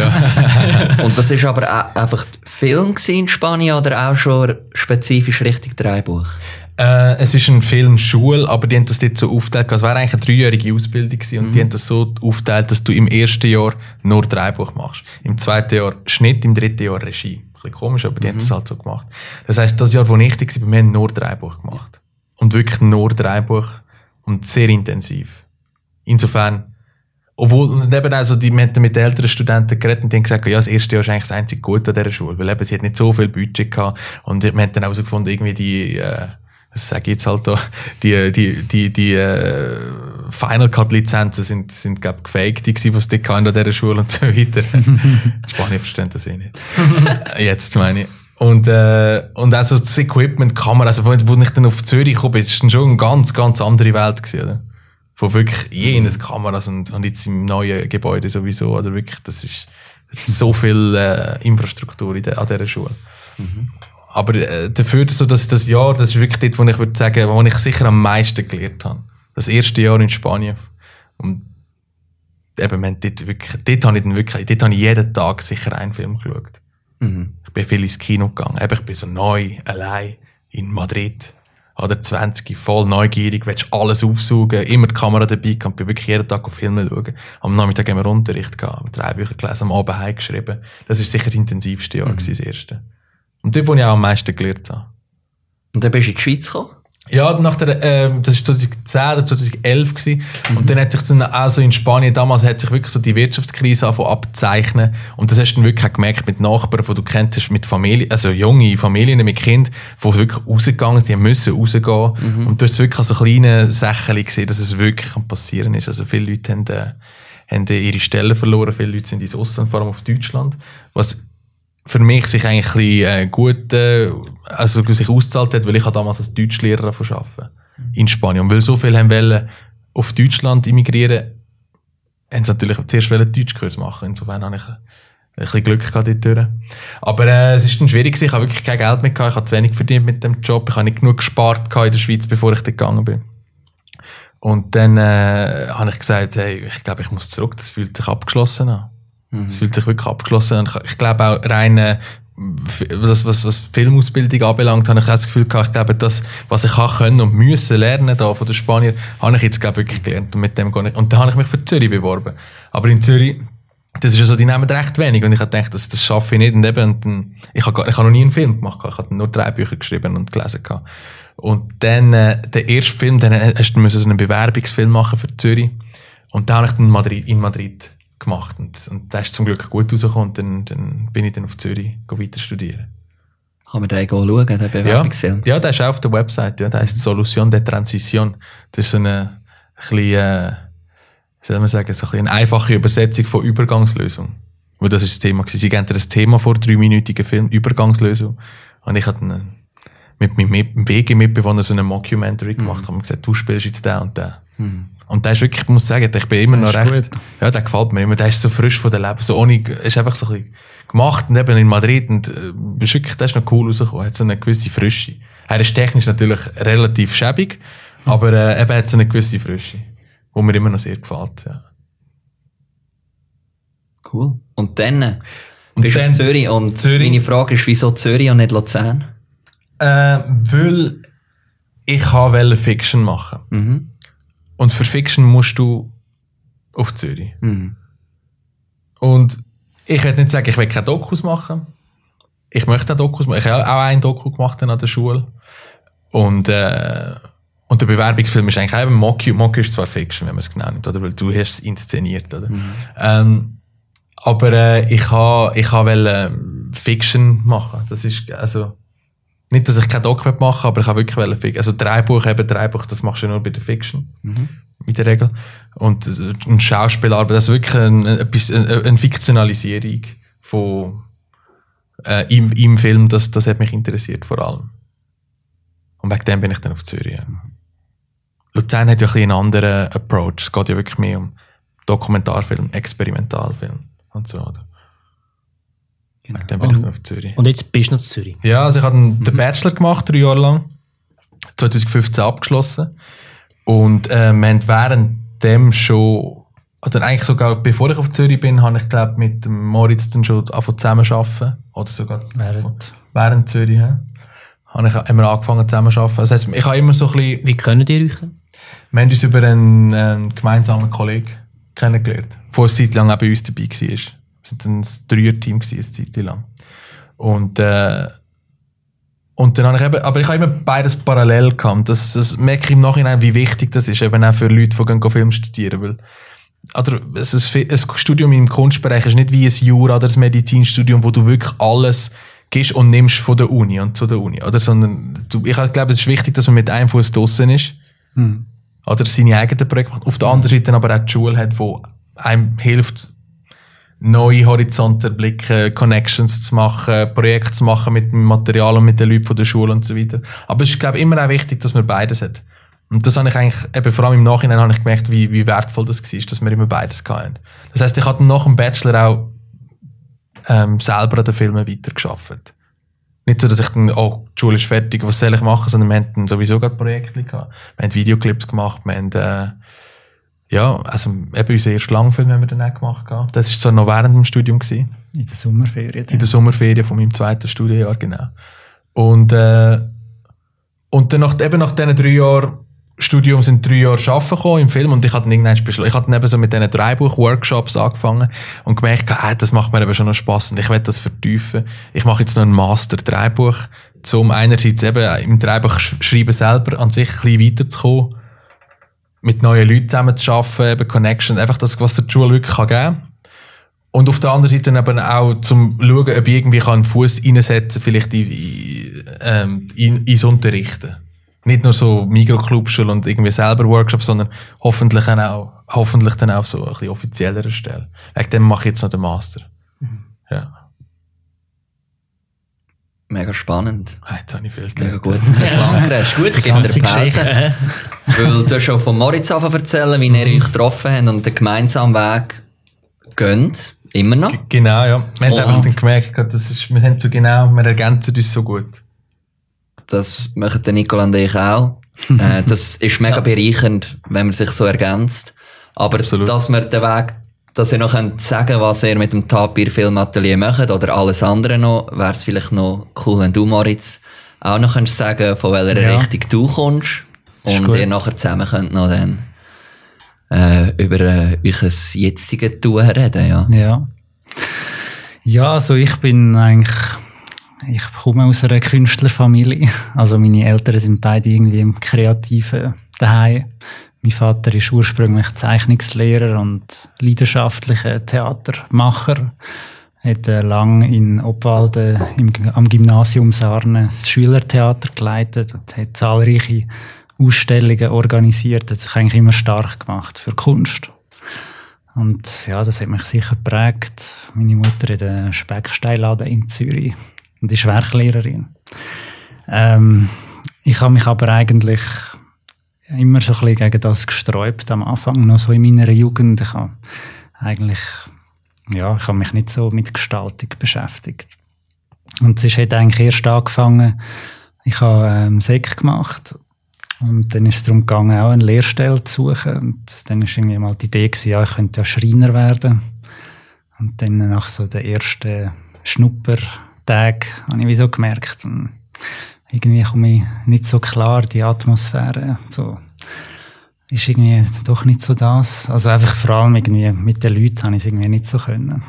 ja. Und das ist aber auch einfach Film in Spanien oder auch schon spezifisch Richtung Drehbuch? Äh, es ist eine Filmschule, aber die haben das dort so aufgeteilt. Es war eigentlich eine dreijährige Ausbildung gewesen, und mhm. die haben das so aufgeteilt, dass du im ersten Jahr nur Drehbuch machst. Im zweiten Jahr Schnitt, im dritten Jahr Regie. Ein bisschen komisch, aber die mhm. haben das halt so gemacht. Das heisst, das Jahr, wo ich da war, wir haben nur Drehbuch gemacht. Und wirklich nur Drehbuch. Und sehr intensiv. Insofern, obwohl, und eben also, die, wir hatten mit den älteren Studenten geredet und die haben gesagt, ja, das erste Jahr ist eigentlich das einzige Gute an dieser Schule, weil eben, sie hat nicht so viel Budget gehabt, und wir haben dann herausgefunden, irgendwie die, äh, das sage ich jetzt halt da, die, die, die, die, äh, Final Cut Lizenzen sind, sind, glaub ich, gefaked, die gewesen, was die hatten an dieser Schule und so weiter. Spanier verstehen das eh nicht. Jetzt meine ich. Und, äh, und also das Equipment, Kamera, also, wo, wo ich dann auf Zürich kam, ist dann schon eine ganz, ganz andere Welt gewesen, oder? Von wirklich jenes Kameras und, und jetzt im neuen Gebäude sowieso, oder wirklich, das ist so viel äh, Infrastruktur in de, an dieser Schule. Mhm. Aber äh, dafür, so, dass das Jahr, das ist wirklich dort, wo ich würde sagen, wo ich sicher am meisten gelernt habe. Das erste Jahr in Spanien. Und eben, wir haben dort wirklich, dort habe ich dann wirklich, dort habe ich jeden Tag sicher einen Film geschaut. Mhm. Ich bin viel ins Kino gegangen. Eben, ich bin so neu, allein, in Madrid. oder zwanzig, voll neugierig, willst alles aufsaugen, immer die Kamera dabei, kann wirklich jeden Tag auf Filme schauen. Am Nachmittag haben wir Unterricht gehabt, drei Bücher gelesen, am Abend heimgeschrieben. Das war sicher das intensivste Jahr, mhm. das erste. Und dort, wo ich auch am meisten gelernt habe. Und dann bist du in die Schweiz gekommen? Ja, nach der, ähm, das war zwanzig zehn oder zwanzig elf gewesen. Mhm. Und dann hat sich dann auch so in Spanien damals hat sich wirklich so die Wirtschaftskrise angefangen abzeichnen. Und das hast du dann wirklich auch gemerkt mit Nachbarn, die du kennst, mit Familien, also junge Familien mit Kindern, die wirklich rausgegangen sind, die müssen rausgehen. Mhm. Und du hast wirklich so kleine Sachen gesehen, dass es wirklich passieren ist. Also viele Leute haben, äh, haben ihre Stellen verloren, viele Leute sind ins Ausland, vor allem auf Deutschland. Was für mich sich eigentlich ein bisschen äh, gut äh, also sich ausgezahlt hat, weil ich damals als Deutschlehrer arbeiten in Spanien. Und weil so viele haben wollen auf Deutschland immigrieren, haben sie natürlich zuerst einen Deutschkurs machen. Insofern habe ich ein bisschen Glück gehabt dort. Aber äh, es ist dann schwierig gewesen. Ich habe wirklich kein Geld mehr gehabt. Ich habe zu wenig verdient mit dem Job. Ich habe nicht genug gespart in der Schweiz, bevor ich dort gegangen bin. Und dann äh, habe ich gesagt, hey, ich glaube, ich muss zurück. Das fühlt sich abgeschlossen an. Es fühlt sich wirklich abgeschlossen an. Ich glaube auch rein, äh, was, was, was Filmausbildung anbelangt, habe ich auch das Gefühl gehabt, ich glaube, das, was ich habe können und müssen lernen da von den Spaniern, habe ich jetzt, glaube ich, wirklich gelernt. Und mit dem gar nicht. Und dann habe ich mich für Zürich beworben. Aber in Zürich, das ist ja so, die nehmen recht wenig. Und ich habe gedacht, das, das schaffe ich nicht. Und eben, und dann, ich habe, ich habe noch nie einen Film gemacht. Ich habe nur drei Bücher geschrieben und gelesen gehabt. Und dann, äh, der erste Film, dann hast du müssen so einen Bewerbungsfilm machen für Zürich. Und dann habe ich dann in Madrid, in Madrid gemacht. Und, und das ist zum Glück gut rausgekommen. Und dann, dann bin ich dann auf Zürich weiter studieren. Kann man da schauen, den Bewerbungsfilm? Ja, ja, der ist auch auf der Website. Ja. Der heisst Solution de Transition. Das ist so eine, ein bisschen, äh, wie soll man sagen, so ein eine einfache Übersetzung von Übergangslösung. Weil das ist das Thema gewesen. Sie geben dir das Thema vor, dreiminütigen Film, Übergangslösung. Und ich hatte einen, mit meinem W G-Mitbewohner so eine Mockumentary gemacht, mhm. haben gesagt, du spielst jetzt den und den. Mhm. Und der ist wirklich, ich muss sagen, ich bin immer noch recht, gut. Ja, der gefällt mir immer, der ist so frisch von der Leben, so ohne, ist einfach so ein bisschen gemacht und eben in Madrid und, äh, ist wirklich, der ist noch cool rausgekommen, hat so eine gewisse Frische. Er ist technisch natürlich relativ schäbig, mhm. aber, äh, eben hat so eine gewisse Frische, wo mir immer noch sehr gefällt, ja. Cool. Und dann, äh, und bist du dann in Zürich und Zürich. Meine Frage ist, wieso Zürich und nicht Luzern? Äh, weil ich wollte Fiction machen. Mhm. Und für Fiction musst du auf Zürich. Mhm. Und ich will nicht sagen, ich will keine Dokus machen. Ich möchte auch Dokus machen. Ich habe auch einen Doku gemacht an der Schule. Und, äh, und der Bewerbungsfilm ist eigentlich eben Mocky. Mocky ist zwar Fiction, wenn man es genau nimmt, oder? Weil du hast es inszeniert, oder? Mhm. Ähm, aber äh, ich habe ich ha wollte Fiction machen. Das ist, also, nicht, dass ich kein Doc machen will, aber ich habe wirklich wollte Fiction. Also Dreibuch, eben Dreibuch, das machst du nur bei der Fiction. Mhm. In der Regel. Und ein Schauspielarbeit, das ist wirklich eine, eine, eine Fiktionalisierung von, äh, im, im Film, das, das hat mich interessiert, vor allem. Und wegen dem bin ich dann auf Zürich. Ja. Luzern hat ja ein bisschen einen anderen Approach. Es geht ja wirklich mehr um Dokumentarfilm, Experimentalfilm und so, oder? Genau. Wegen dem bin ich dann auf Zürich. Und jetzt bist du noch in Zürich? Ja, also ich habe mhm. den Bachelor gemacht, drei Jahre lang. zwanzig fünfzehn abgeschlossen. Und äh, wir haben während dem schon, oder eigentlich sogar bevor ich auf Zürich bin, habe ich glaube mit dem Moritz dann schon angefangen zusammen zu arbeiten. Oder sogar während, während Zürich. Ja. Habe ich, haben wir angefangen zusammen zu arbeiten. Das heisst, ich habe immer so ein bisschen... Wie können die euch denn? Wir haben uns über einen, einen gemeinsamen Kollegen kennengelernt, der eine Zeit lang auch bei uns dabei war. Wir waren ein Dreier-Team eine Zeit lang. Und, äh, und dann habe ich eben, aber ich habe immer beides parallel gehabt. Das, das merke ich im Nachhinein, wie wichtig das ist, eben auch für Leute, die gehen Film studieren. Weil, oder, es ist, ein Studium im Kunstbereich ist nicht wie ein Jura oder ein Medizinstudium, wo du wirklich alles gehst und nimmst von der Uni und zu der Uni. Oder, sondern du, ich glaube, es ist wichtig, dass man mit einem Fuß draussen ist. Hm. Oder seine eigenen Projekte macht. Auf der anderen Seite aber auch die Schule hat, die einem hilft, neue Horizonte erblicken, Connections zu machen, Projekte zu machen mit dem Material und mit den Leuten von der Schule und so weiter. Aber es ist, glaube ich, immer auch wichtig, dass man beides hat. Und das habe ich eigentlich, eben vor allem im Nachhinein habe ich gemerkt, wie, wie wertvoll das war, dass wir immer beides hatten. Das heisst, ich habe nach dem Bachelor auch ähm, selber an den Filmen weitergearbeitet. Nicht so, dass ich dann, oh, die Schule ist fertig, was soll ich machen, sondern wir hatten sowieso gerade Projekte gehabt. Wir haben Videoclips gemacht, wir haben, äh, ja, also eben unseren ersten Langfilm haben wir dann auch gemacht. Das war so noch während dem Studium gewesen. In der Sommerferien. In der Sommerferien von meinem zweiten Studienjahr, genau. Und, äh, Und dann nach, eben nach diesen drei Jahren Studium sind drei Jahre Arbeiten gekommen im Film und ich hatte irgendwann beschlossen, ich hatte dann eben so mit diesen Dreibuch-Workshops angefangen und gemerkt, hey, das macht mir eben schon noch Spass und ich will das vertiefen. Ich mache jetzt noch einen Master-Dreibuch, um einerseits eben im Dreibuch schreiben selber an sich ein bisschen weiterzukommen, mit neuen Leuten zusammen zu arbeiten, eben Connection, einfach das, was der die Schule wirklich geben kann. Und auf der anderen Seite eben auch zum schauen, ob ich irgendwie einen Fuß reinsetzen kann, vielleicht in, in, ähm, in, ins Unterrichten. Nicht nur so Mikroclubschule und irgendwie selber Workshops, sondern hoffentlich dann auch, hoffentlich dann auch so ein bisschen offiziellere Stelle. Wegen dem mache ich jetzt noch den Master. Mhm. Ja. Mega spannend. Ah, jetzt habe ich viel Mega gut. Jetzt hat lang geredet. Gut, ich gebe dir Pause. Weil du hast schon von Moritz angefangen erzählen, wie ihr euch getroffen habt und den gemeinsamen Weg geht. Immer noch. G- genau, ja. Wir haben einfach dann gemerkt, das ist, wir haben so genau, wir ergänzen uns so gut. Das machen der Nicola und ich auch. äh, das ist mega ja. bereichernd, wenn man sich so ergänzt. Aber Absolut. Dass wir den Weg, dass ihr noch könnt sagen, was ihr mit dem Tapir Filmatelier macht oder alles andere noch, wäre es vielleicht noch cool, wenn du, Moritz, auch noch könntest sagen, von welcher ja. Richtung du kommst. Und ihr nachher zusammen könnt noch dann äh, über äh, euer jetziges Tun reden. Ja. ja. Ja, also ich bin eigentlich, ich komme aus einer Künstlerfamilie. Also meine Eltern sind beide irgendwie im Kreativen daheim. Mein Vater ist ursprünglich Zeichnungslehrer und leidenschaftlicher Theatermacher. Er hat äh, lang in Obwalden im, am Gymnasium Sarne das Schülertheater geleitet und hat zahlreiche Ausstellungen organisiert. Er hat sich eigentlich immer stark gemacht für Kunst. Und ja, das hat mich sicher geprägt. Meine Mutter hat einen Specksteinladen in Zürich und ist Werklehrerin. Ähm, ich habe mich aber eigentlich immer so ein bisschen gegen das gesträubt am Anfang, noch so in meiner Jugend. Ich habe eigentlich, ja, ich habe mich nicht so mit Gestaltung beschäftigt. Und es hat eigentlich erst angefangen, ich habe ähm, Sek gemacht und dann ist es darum gegangen, auch eine Lehrstelle zu suchen. Und dann war irgendwie mal die Idee gewesen, ja, ich könnte ja Schreiner werden. Und dann nach so den ersten Schnuppertagen habe ich wie so gemerkt, irgendwie komme ich nicht so klar, die Atmosphäre, so, ist irgendwie doch nicht so das. Also einfach vor allem irgendwie mit den Leuten habe ich es irgendwie nicht so können.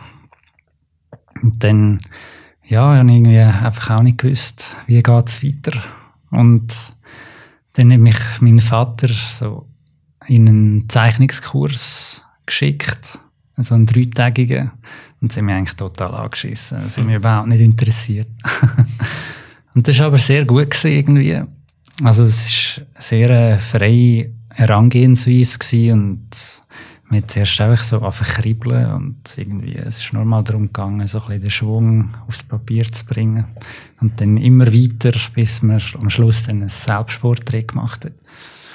Und dann, ja, habe ich irgendwie einfach auch nicht gewusst, wie geht es weiter. Und dann hat mich mein Vater so in einen Zeichnungskurs geschickt, so einen dreitägigen, und sie haben mich eigentlich total angeschissen. Sie haben mich überhaupt nicht interessiert. Und das war aber sehr gut gewesen, irgendwie. Also es war eine sehr freie Herangehensweise gewesen und man hat zuerst auch so angefangen zu kribbeln und irgendwie, es ist nur mal darum gegangen, so ein bisschen den Schwung aufs Papier zu bringen. Und dann immer weiter, bis man am Schluss dann ein Selbstporträt gemacht hat.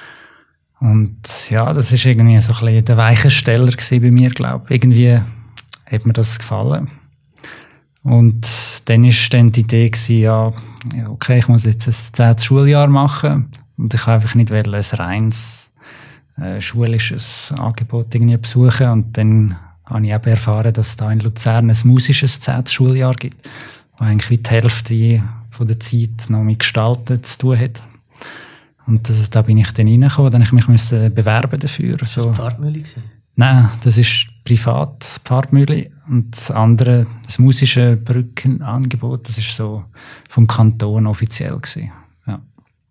Und ja, das war irgendwie so ein bisschen der Weichensteller gewesen bei mir, glaube ich. Irgendwie hat mir das gefallen. Und dann war dann die Idee gewesen, ja, okay, ich muss jetzt ein zehntes Schuljahr machen und ich kann einfach nicht ein reines äh, schulisches Angebot irgendwie besuchen. Und dann habe ich eben erfahren, dass es da in Luzern ein musisches zehntes Schuljahr gibt, wo eigentlich wie die Hälfte von der Zeit noch mit Gestalten zu tun hat. Und das, da bin ich dann reingekommen, dann musste ich mich bewerben dafür. So. Das war Pfadmühle? Nein, das ist privat, Pfadmühle. Und das andere, das musische Brückenangebot, das ist so vom Kanton offiziell gewesen. Ja.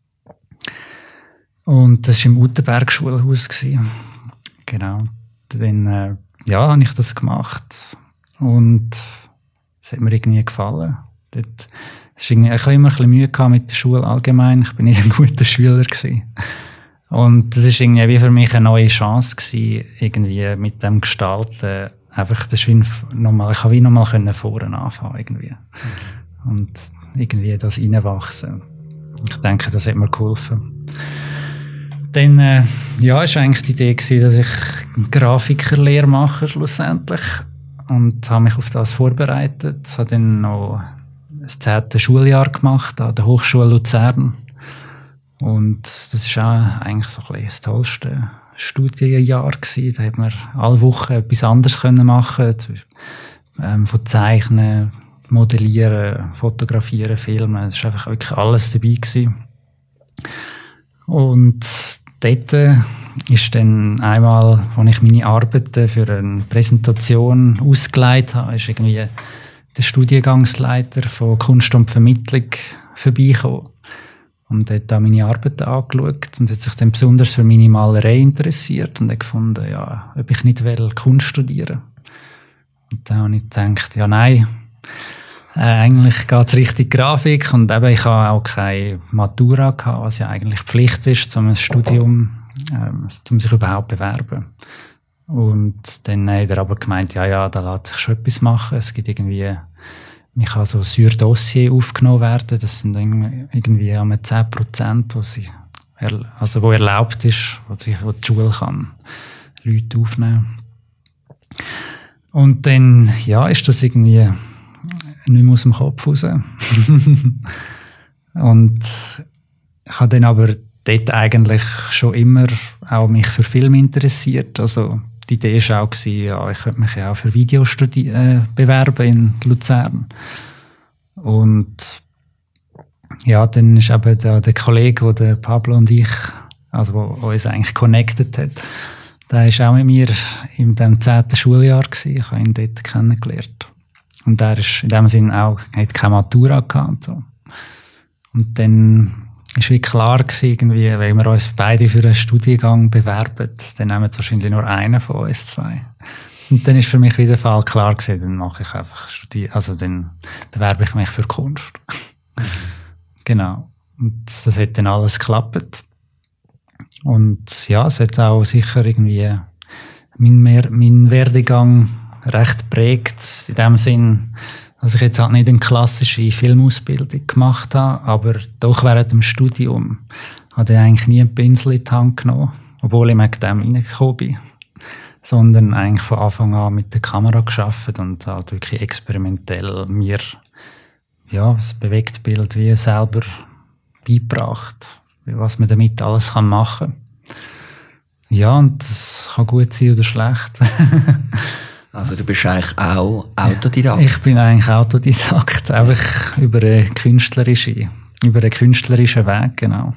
Und das war im Utenberg-Schulhaus gewesen. Genau. Dann, äh, ja, habe ich das gemacht. Und es hat mir irgendwie gefallen. Dort, ich hatte immer ein bisschen Mühe gehabt mit der Schule allgemein. Ich bin nicht ein guter Schüler gewesen. Und das war irgendwie wie für mich eine neue Chance gewesen, irgendwie mit dem Gestalten. Einfach, das ist wie nochmal, ich konnte wie nochmal vorne anfangen, irgendwie. Mhm. Und irgendwie das reinwachsen. Ich denke, das hat mir geholfen. Dann, äh, ja, ist eigentlich die Idee gewesen, dass ich Grafikerlehre mache, schlussendlich. Und habe mich auf das vorbereitet. Ich habe dann noch das zehnte Schuljahr gemacht an der Hochschule Luzern. Und das war auch eigentlich so ein bisschen das tollste Studienjahr gewesen. Da hat man alle Wochen etwas anderes machen können. Ähm, von Zeichnen, Modellieren, Fotografieren, Filmen. Es war einfach wirklich alles dabei gewesen. Und dort ist dann einmal, als ich meine Arbeiten für eine Präsentation ausgeleitet habe, ist irgendwie der Studiengangsleiter von Kunst und Vermittlung vorbeigekommen. Und hat da meine Arbeiten angeschaut und hat sich dann besonders für meine Malerei interessiert und hat gefunden, ja, ob ich nicht will, Kunst studieren. Und dann habe ich gedacht, ja nein, äh, eigentlich geht es Richtung Grafik und eben, ich habe auch keine Matura gehabt, was ja eigentlich Pflicht ist, um ein Studium, ähm, um sich überhaupt zu bewerben. Und dann hat er aber gemeint, ja, ja, da lässt sich schon etwas machen. Es gibt irgendwie, man kann so Sur-Dossier aufgenommen werden. Das sind irgendwie einmal zehn Prozent, wo sie, also wo erlaubt ist, wo, sie, wo die Schule kann Leute aufnehmen. Und dann, ja, ist das irgendwie nicht mehr aus dem Kopf raus. Und ich habe dann aber dort eigentlich schon immer auch mich für Film interessiert. Also die Idee war auch, ja, ich könnte mich ja auch für Video studi- äh, bewerben in Luzern. Und ja, dann ist eben der, der Kollege, wo der Pablo und ich, also wo, wo uns eigentlich connected hat, der war auch mit mir in dem zehnten Schuljahr gewesen. Ich habe ihn dort kennengelernt. Und er ist in dem Sinne auch, hat keine Matura gehabt und so. Und dann ist wie klar gewesen, irgendwie, wenn wir uns beide für einen Studiengang bewerben, dann nehmen wir wahrscheinlich nur einen von uns zwei. Und dann ist für mich wieder der Fall klar gewesen, dann mache ich einfach Studi- also dann bewerbe ich mich für Kunst. Genau. Und das hat dann alles geklappt. Und ja, es hat auch sicher irgendwie mein, Mehr- mein Werdegang recht geprägt, in dem Sinn, dass ich jetzt halt nicht eine klassische Filmausbildung gemacht habe, aber doch während dem Studium habe ich eigentlich nie einen Pinsel in die Hand genommen, obwohl ich mit dem reingekommen bin, sondern eigentlich von Anfang an mit der Kamera gearbeitet und halt wirklich experimentell mir ja, das Bewegtbild wie selber beigebracht, was man damit alles machen kann. Ja, und das kann gut sein oder schlecht. Also du bist eigentlich auch Autodidakt? Ich bin eigentlich Autodidakt, einfach über eine künstlerische, über einen künstlerischen Weg, genau.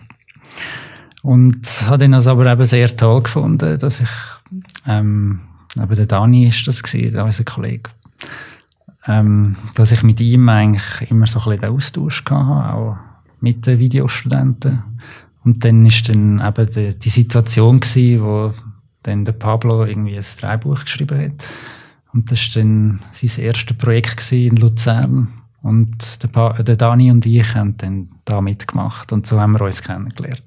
Und habe dann das aber eben sehr toll gefunden, dass ich, ähm, eben der Dani ist das gewesen, unser Kollege, ähm, dass ich mit ihm eigentlich immer so ein bisschen den Austausch hatte, auch mit den Videostudenten. Und dann ist dann eben die, die Situation gewesen, wo dann der Pablo irgendwie ein Drehbuch geschrieben hat. Und das war dann sein erstes Projekt in Luzern. Und der, pa- der Dani und ich haben dann da mitgemacht. Und so haben wir uns kennengelernt.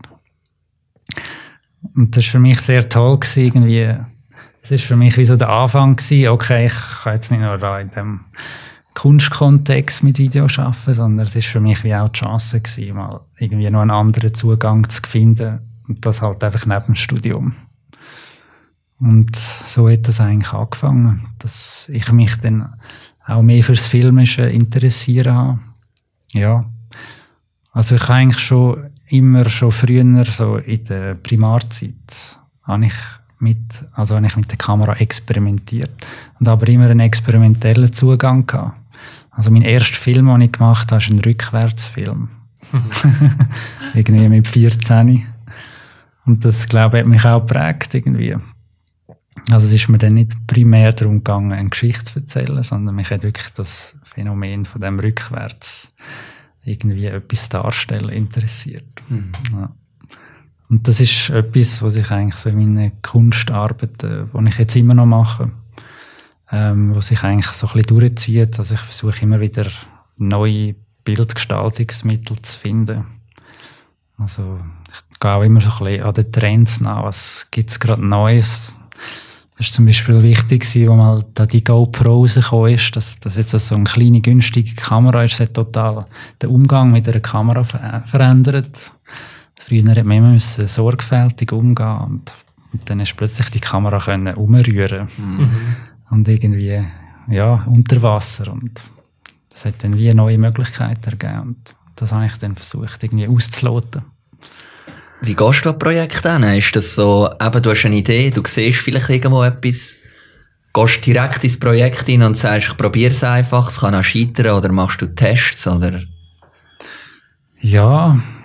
Und das war für mich sehr toll gewesen, irgendwie. Es war für mich wie so der Anfang gewesen, okay, ich kann jetzt nicht nur da in dem Kunstkontext mit Video arbeiten, sondern es war für mich wie auch die Chance gewesen, mal irgendwie noch einen anderen Zugang zu finden. Und das halt einfach neben dem Studium. Und so hat das eigentlich angefangen, dass ich mich dann auch mehr fürs Filmische interessieren habe. Ja. Also ich habe eigentlich schon immer, schon früher, so in der Primarzeit, habe ich mit, also habe ich mit der Kamera experimentiert und aber immer einen experimentellen Zugang gehabt. Also mein erster Film, den ich gemacht habe, ist ein Rückwärtsfilm. Irgendwie mit vierzehn. Und das, glaube ich, hat mich auch geprägt irgendwie. Also es ist mir dann nicht primär darum gegangen, eine Geschichte zu erzählen, sondern mich hat wirklich das Phänomen von dem Rückwärts irgendwie etwas darstellen interessiert. Mhm. Ja. Und das ist etwas, was ich eigentlich so in meinen Kunstarbeiten, die ich jetzt immer noch mache, ähm, was sich eigentlich so ein bisschen durchzieht. Also ich versuche immer wieder neue Bildgestaltungsmittel zu finden. Also ich gehe auch immer so ein bisschen an den Trends nach. Was gibt es gerade Neues? Das war zum Beispiel wichtig, als mal da die GoPro rausgekommen ist, dass das jetzt so eine kleine, günstige Kamera ist, hat total den Umgang mit einer Kamera ver- verändert. Früher musste man immer sorgfältig umgehen und, und dann ist plötzlich die Kamera können umrühren mhm. und irgendwie ja unter Wasser und das hat dann wie neue Möglichkeiten ergeben und das habe ich dann versucht irgendwie auszuloten. Wie gehst du an Projekte an? Ist das so, eben, du hast eine Idee, du siehst vielleicht irgendwo etwas, gehst direkt ins Projekt rein und sagst, ich probiere es einfach, es kann auch scheitern, oder machst du Tests, oder? Ja,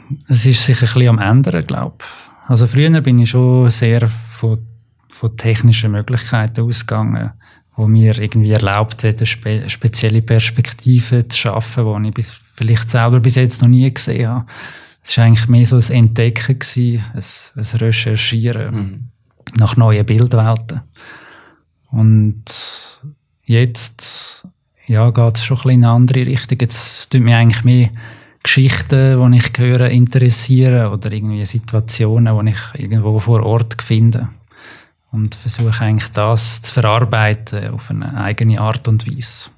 es ist sich ein bisschen am ändern, glaube ich. Also früher bin ich schon sehr von, von technischen Möglichkeiten ausgegangen, wo mir irgendwie erlaubt hat, eine spe- spezielle Perspektive zu schaffen, die ich bis, vielleicht selber bis jetzt noch nie gesehen habe. Es war eigentlich mehr so ein Entdecken gewesen, ein, ein Recherchieren mhm. nach neuen Bildwelten. Und jetzt ja, geht es schon ein bisschen in eine andere Richtung. Jetzt tut mich eigentlich mehr Geschichten, die ich höre, interessieren oder irgendwie Situationen, die ich irgendwo vor Ort finde. Und versuche eigentlich das zu verarbeiten auf eine eigene Art und Weise.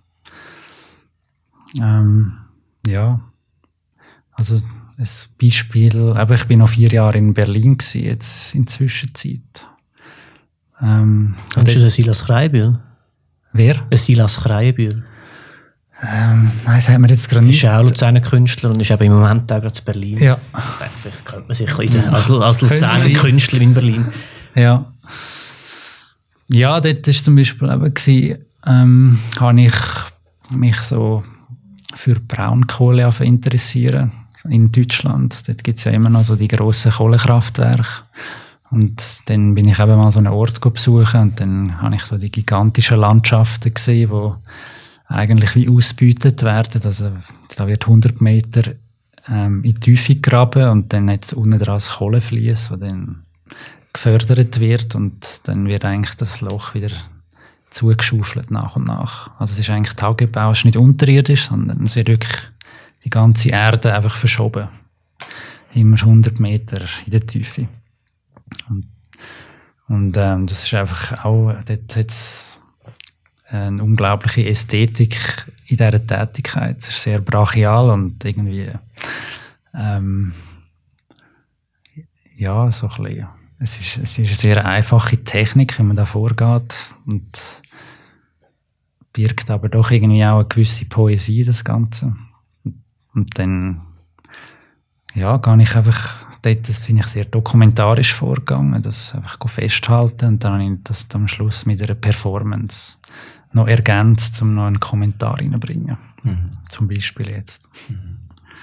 Ähm, ja, also ein Beispiel, aber ich bin noch vier Jahre in Berlin gewesen, jetzt in der Zwischenzeit. Ähm, Kennst du den Silas Kreienbühl? Wer? Den Silas Kreienbühl. Ähm, nein, das hat man jetzt gerade nicht. Er ist auch Luzerner Künstler und ist eben im Moment auch gerade in Berlin. Ja. Vielleicht könnte man sich in der, als, als Luzerner Künstler in Berlin. Ja. Ja, dort war zum Beispiel eben, gewesen, ähm, habe ich mich so für Braunkohle interessieren in Deutschland. Dort gibt es ja immer noch so die grossen Kohlekraftwerke. Und dann bin ich eben mal so einen Ort besuchen und dann habe ich so die gigantischen Landschaften gesehen, die eigentlich wie ausgebeutet werden. Also da wird hundert Meter ähm, in die Tiefe gegraben und dann hat es unten dran das Kohlefliess, das dann gefördert wird und dann wird eigentlich das Loch wieder zugeschaufelt nach und nach. Also es ist eigentlich Tagebau, es ist nicht unterirdisch, sondern es wird wirklich die ganze Erde einfach verschoben. Immer hundert Meter in der Tiefe. Und, und ähm, das ist einfach auch, dort hat es eine unglaubliche Ästhetik in dieser Tätigkeit. Es ist sehr brachial und irgendwie ähm, ja, so ein bisschen. Es ist, es ist eine sehr einfache Technik, wie man da vorgeht und birgt aber doch irgendwie auch eine gewisse Poesie, das Ganze. Und dann ja, gehe ich einfach, dort bin ich sehr dokumentarisch vorgegangen, das einfach festhalten und dann habe ich das am Schluss mit einer Performance noch ergänzt, um noch einen Kommentar reinzubringen. Mhm. Zum Beispiel jetzt. Mhm.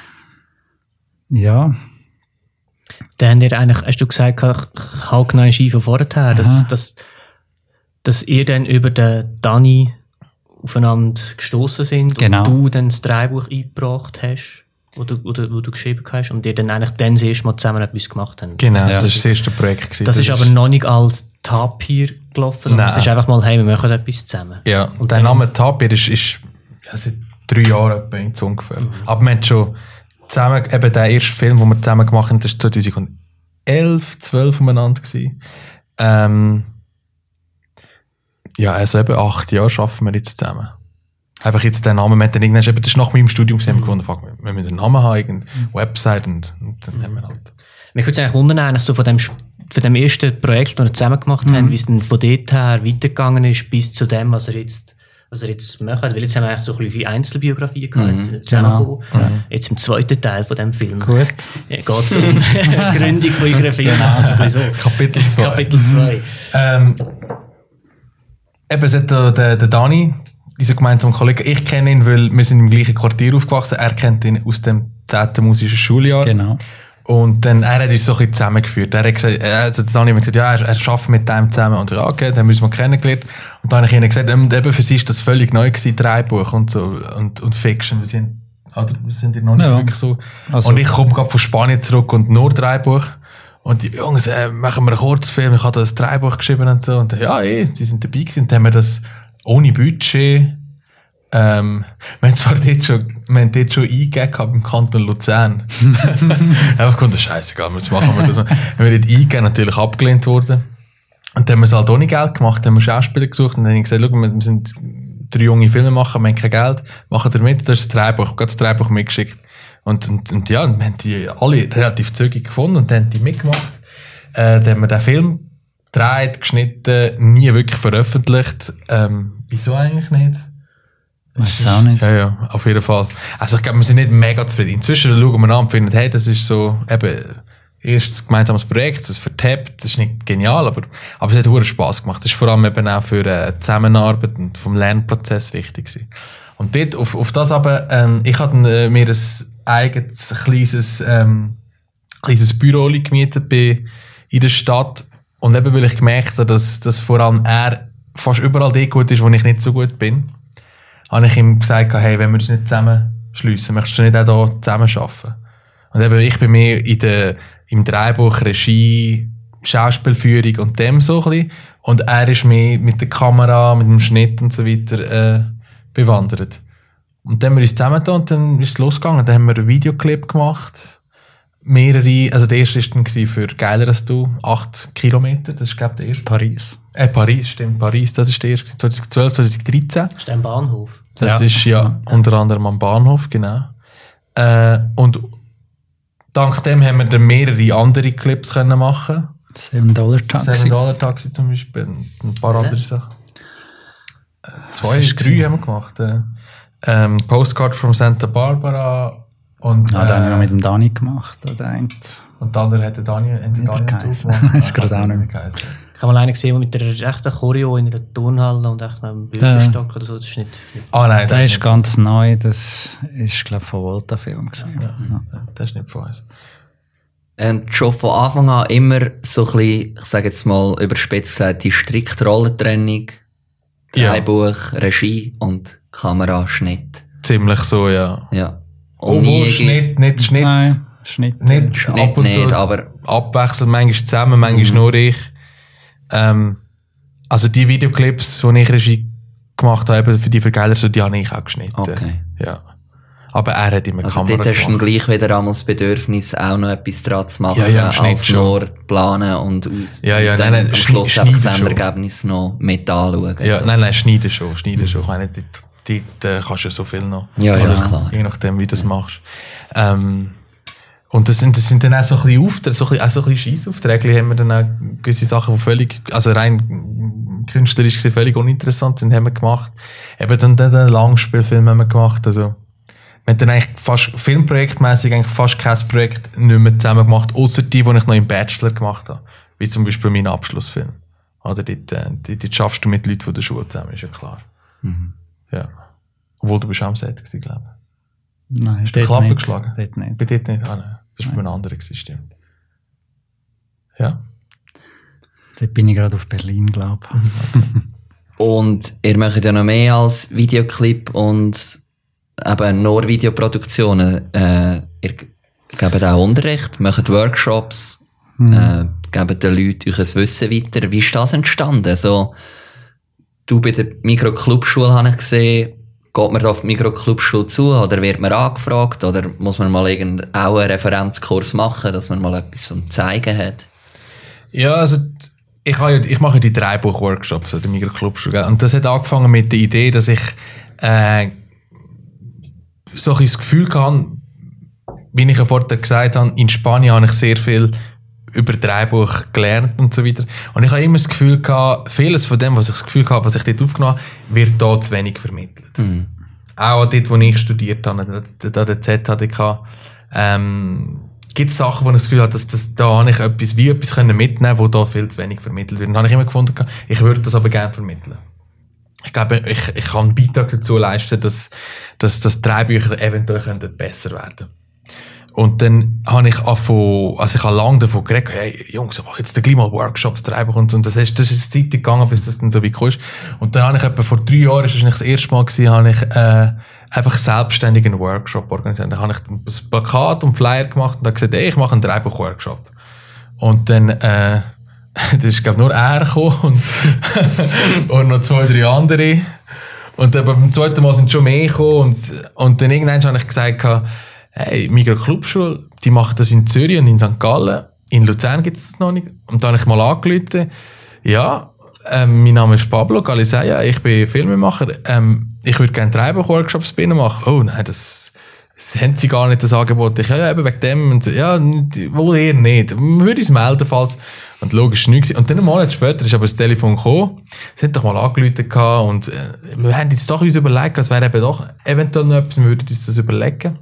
Ja. Dann habt ihr eigentlich, hast du gesagt, haargenau Ski von vorher, dass, dass, dass ihr dann über den Dani aufeinander gestoßen sind genau. und du dann das Drehbuch eingebracht hast, wo du, wo du, wo du geschrieben hast und ihr dann eigentlich dann das erste Mal zusammen etwas gemacht habt. Genau, ja. Das war das erste Projekt. Das, das ist aber noch nicht als Tapir gelaufen, sondern es ist einfach mal, hey, wir machen etwas zusammen. Ja, und der Name Tapir ist, ist ja, seit drei Jahren etwa so ungefähr. Mhm. Aber wir haben schon zusammen, eben der erste Film, den wir zusammen gemacht haben, das war zweitausendelf, zwölf umeinander gewesen. Ähm, ja, also eben acht Jahre arbeiten wir jetzt zusammen. Einfach jetzt den Namen, wir haben dann irgendwann, eben, das ist nach meinem Studium gesehen, mhm. gefunden, wir müssen einen Namen haben, eine Website und, und dann mhm. haben wir halt. Mich würde es eigentlich wundern, eigentlich so von dem, von dem ersten Projekt, das wir zusammen gemacht mhm. haben, wie es dann von dort her weitergegangen ist, bis zu dem, was er jetzt was er jetzt macht, weil jetzt haben wir eigentlich so ein bisschen Einzelbiografien gehabt, jetzt sind zusammengekommen. Genau. Jetzt im zweiten Teil von dem Film. Gut. Ja, geht es um die Gründung von eurer Firma. Also Kapitel zwei. Kapitel zwei. Ähm, eben, es hat der, der, der Dani, unser gemeinsamer Kollege, ich kenne ihn, weil wir sind im gleichen Quartier aufgewachsen. Er kennt ihn aus dem zehnten musischen Schuljahr. Genau. Und dann, er hat uns so ein bisschen zusammengeführt. Er hat gesagt, also der Dani hat gesagt, ja, er, er arbeitet mit dem zusammen. Und ja, okay, dann haben wir uns mal kennengelernt. Und dann habe ich ihnen gesagt, eben für sie ist das völlig neu gewesen, Drehbuch und so, und, und Fiction. Wir sind, oder, wir sind ja noch nicht ja. wirklich so. Also. Und ich komme gerade von Spanien zurück und nur Drehbuch. Und die Jungs, äh, machen wir einen Kurzfilm, ich habe das Drehbuch geschrieben und so. Und ja, eh, die sind dabei gewesen. Und dann haben wir das ohne Budget, Ähm, wir haben zwar dort schon, wir haben dort schon eingegeben im Kanton Luzern. Einfach gefunden, scheißegal, jetzt machen wir das mal. Wenn wir dort eingegeben, natürlich abgelehnt worden. Und dann haben wir es halt ohne Geld gemacht, dann haben wir Schauspieler gesucht und dann haben wir gesagt, schau, wir sind drei junge Filmemacher, wir haben kein Geld, machen wir mit, das ist das Drehbuch, ich habe das Drehbuch mitgeschickt. Und, und, und ja, wir haben die alle relativ zügig gefunden und dann haben die mitgemacht. Äh, dann haben wir den Film gedreht, geschnitten, nie wirklich veröffentlicht. Ähm, wieso eigentlich nicht? Weiß es auch nicht. Ja, ja, auf jeden Fall. Also ich glaube, wir sind nicht mega zufrieden. Inzwischen schauen wir an und finden, hey, das ist so, eben, erstes gemeinsames Projekt, das vertappt, das ist nicht genial, aber, aber es hat verdammt Spass gemacht. Das ist vor allem eben auch für äh, Zusammenarbeit und vom Lernprozess wichtig gewesen. Und dort, auf, auf das aber, ähm, ich hatte äh, mir ein eigenes, kleines, ähm, kleines Büro gemietet bei, in der Stadt. Und eben, weil ich gemerkt habe, dass, dass vor allem er fast überall dort gut ist, wo ich nicht so gut bin, habe ich ihm gesagt, hey, wenn wir das nicht zusammenschliessen, möchtest du nicht auch hier zusammen arbeiten? Und eben, ich bin mehr in der, im Drehbuch, Regie, Schauspielführung und dem so ein bisschen. Und er ist mehr mit der Kamera, mit dem Schnitt und so weiter äh, bewandert. Und dann haben wir uns zusammengetan und dann ist es losgegangen. Dann haben wir einen Videoclip gemacht. Mehrere, also der erste war dann für «Geiler als du», acht Kilometer, das ist glaube ich der erste. Paris. Äh, Paris, stimmt, Paris, das ist der erste, zwanzig zwölf, zwanzig dreizehn. Das ist ein Bahnhof. Das Ja. ist ja, ja unter anderem am Bahnhof, genau. Äh, und dank dem haben wir dann mehrere andere Clips können machen. Seven Dollar Taxi. Seven Dollar Taxi zum Beispiel, ein paar Okay. andere Sachen. Äh, zwei, Das ist drei gewesen. haben wir gemacht. Äh, ähm, Postcard from Santa Barbara und, Ja, den habe ich noch äh, mit dem Dani gemacht. Der eine. und der andere hat der Daniel, hat der Nicht Daniel geheißen. gemacht. Weiss grad auch nicht mehr. geheißen. Ich habe mal einen gesehen mit einer echten Choreo in einer Turnhalle und echt einem Bürgerstock oder so. Das ist nicht... nicht Ah nein, Der das ist nicht- ganz neu. Das ist, glaube ich, von Volta Film. gewesen. Ja, Ja. das ist nicht von uns. Und schon von Anfang an immer so ein bisschen, ich sage jetzt mal überspitzt gesagt, die strikte Rollentrennung, Ja. Drehbuch, Regie und Kameraschnitt. Ziemlich so, ja. Ja. Und Obwohl nie Schnitt, nicht Schnitt, Nein, Schnitt. nicht Schnitt ab und nicht, zu aber abwechselnd, manchmal zusammen, manchmal nur ich. Ähm, also die Videoclips, die ich Regie gemacht habe, eben für die Vergeiler, so, die habe ich auch geschnitten. okay. Ja. Aber er hat immer Also Kamera dort hast du dann gemacht. gleich wieder einmal das Bedürfnis, auch noch etwas dran zu machen, Ja, ja, im Schnitt als schon. nur planen und aus. Ja, ja, und nein, dann nein, am Schni- Schluss einfach das schneiden schon. Endergebnis noch mit anschauen. Ja, Also, nein, nein, schneiden schon, schneiden schon. Ich meine, dort, dort äh, kannst du ja so viel noch. Ja, ja, Oder klar. Je nachdem, wie du das machst. Ähm, und das sind, das sind dann auch so ein bisschen Aufträge, so ein bisschen, auch so ein bisschen Scheissaufträge, haben wir dann auch gewisse Sachen, die völlig, also rein künstlerisch gesehen völlig uninteressant sind, haben wir gemacht. Eben dann den, den Langspielfilm haben wir gemacht, also wir haben dann eigentlich fast, filmprojektmässig eigentlich fast kein Projekt nicht mehr zusammen gemacht, außer die, die ich noch im Bachelor gemacht habe. Wie zum Beispiel mein Abschlussfilm. Oder dort, äh, dort, dort schaffst du mit Leuten von der Schule zusammen, ist ja klar. Ja. Obwohl du bist auch am Set gewesen, glaube ich. Nein, Hast du die dort Klappe nicht. geschlagen? Dort nicht. Bei dort nicht? Ah nein, das war bei einem anderen gewesen, stimmt. Ja. Dort bin ich gerade auf Berlin, glaube ich. Und ihr macht ja noch mehr als Videoclip und eben nur Videoproduktionen. Äh, ihr gebt auch Unterricht, macht Workshops, äh, gebt den Leuten euch ein Wissen weiter. Wie ist das entstanden? So, du bei der Mikroclubschule habe ich gesehen, geht man da auf die Mikroclubschule zu oder wird man angefragt oder muss man mal irgend auch einen Referenzkurs machen, dass man mal etwas zum Zeigen hat? Ja, also ich, habe ja, ich mache ja die Drehbuch-Workshops an der Mikroclubschule. Und das hat angefangen mit der Idee, dass ich äh, so ein bisschen das Gefühl hatte, wie ich ja vorher gesagt habe, in Spanien habe ich sehr viel über Drehbuch gelernt und so weiter. Und ich habe immer das Gefühl gehabt, vieles von dem, was ich das Gefühl habe, was ich dort aufgenommen habe, wird dort zu wenig vermittelt. Mhm. Auch dort, wo ich studiert habe, an der Z H D K, ähm, gibt es Sachen, wo ich das Gefühl habe, dass, dass da habe ich etwas, wie etwas können mitnehmen, wo da viel zu wenig vermittelt wird. Und da habe ich immer gefunden, ich würde das aber gerne vermitteln. Ich glaube, ich, ich kann einen Beitrag dazu leisten, dass, dass, dass Drehbücher eventuell könnten besser werden. Und dann habe ich angefangen, also ich habe lange davon geredet, hey, Jungs, ich mache jetzt gleich mal Workshops, Drehbuch und, und das ist, das ist Zeit gegangen, bis das dann so weit kam. Und dann habe ich etwa vor drei Jahren, das war nicht das erste Mal gewesen, habe ich, äh, einfach selbstständig einen Workshop organisiert. Dann habe ich ein Plakat und Flyer gemacht und habe gesagt, hey, ich mache einen Drehbuch-Workshop. Und dann, äh, das ist, glaube ich, nur er gekommen und, und noch zwei, drei andere. Und dann beim zweiten Mal sind schon mehr gekommen und, und dann irgendwann habe ich gesagt, hey, Mikroclubschule, die machen das in Zürich und in Sankt Gallen. In Luzern gibt es das noch nicht. Und dann habe ich mal angerufen, ja, ähm, mein Name ist Pablo Galiseia, ich bin Filmemacher, ähm, ich würde gerne Drehbuch-Workshops bei Ihnen machen. Oh nein, das, das haben Sie gar nicht, das Angebot. Ich, ja, eben wegen dem. Und, ja, wohl eher nicht. Man würde uns melden, falls. Und logisch nichts. Und dann einen Monat später ist aber das Telefon gekommen. Sie haben doch mal angerufen und äh, wir haben uns doch uns überlegt, es wäre eben doch eventuell noch etwas, wir würden uns das überlegen.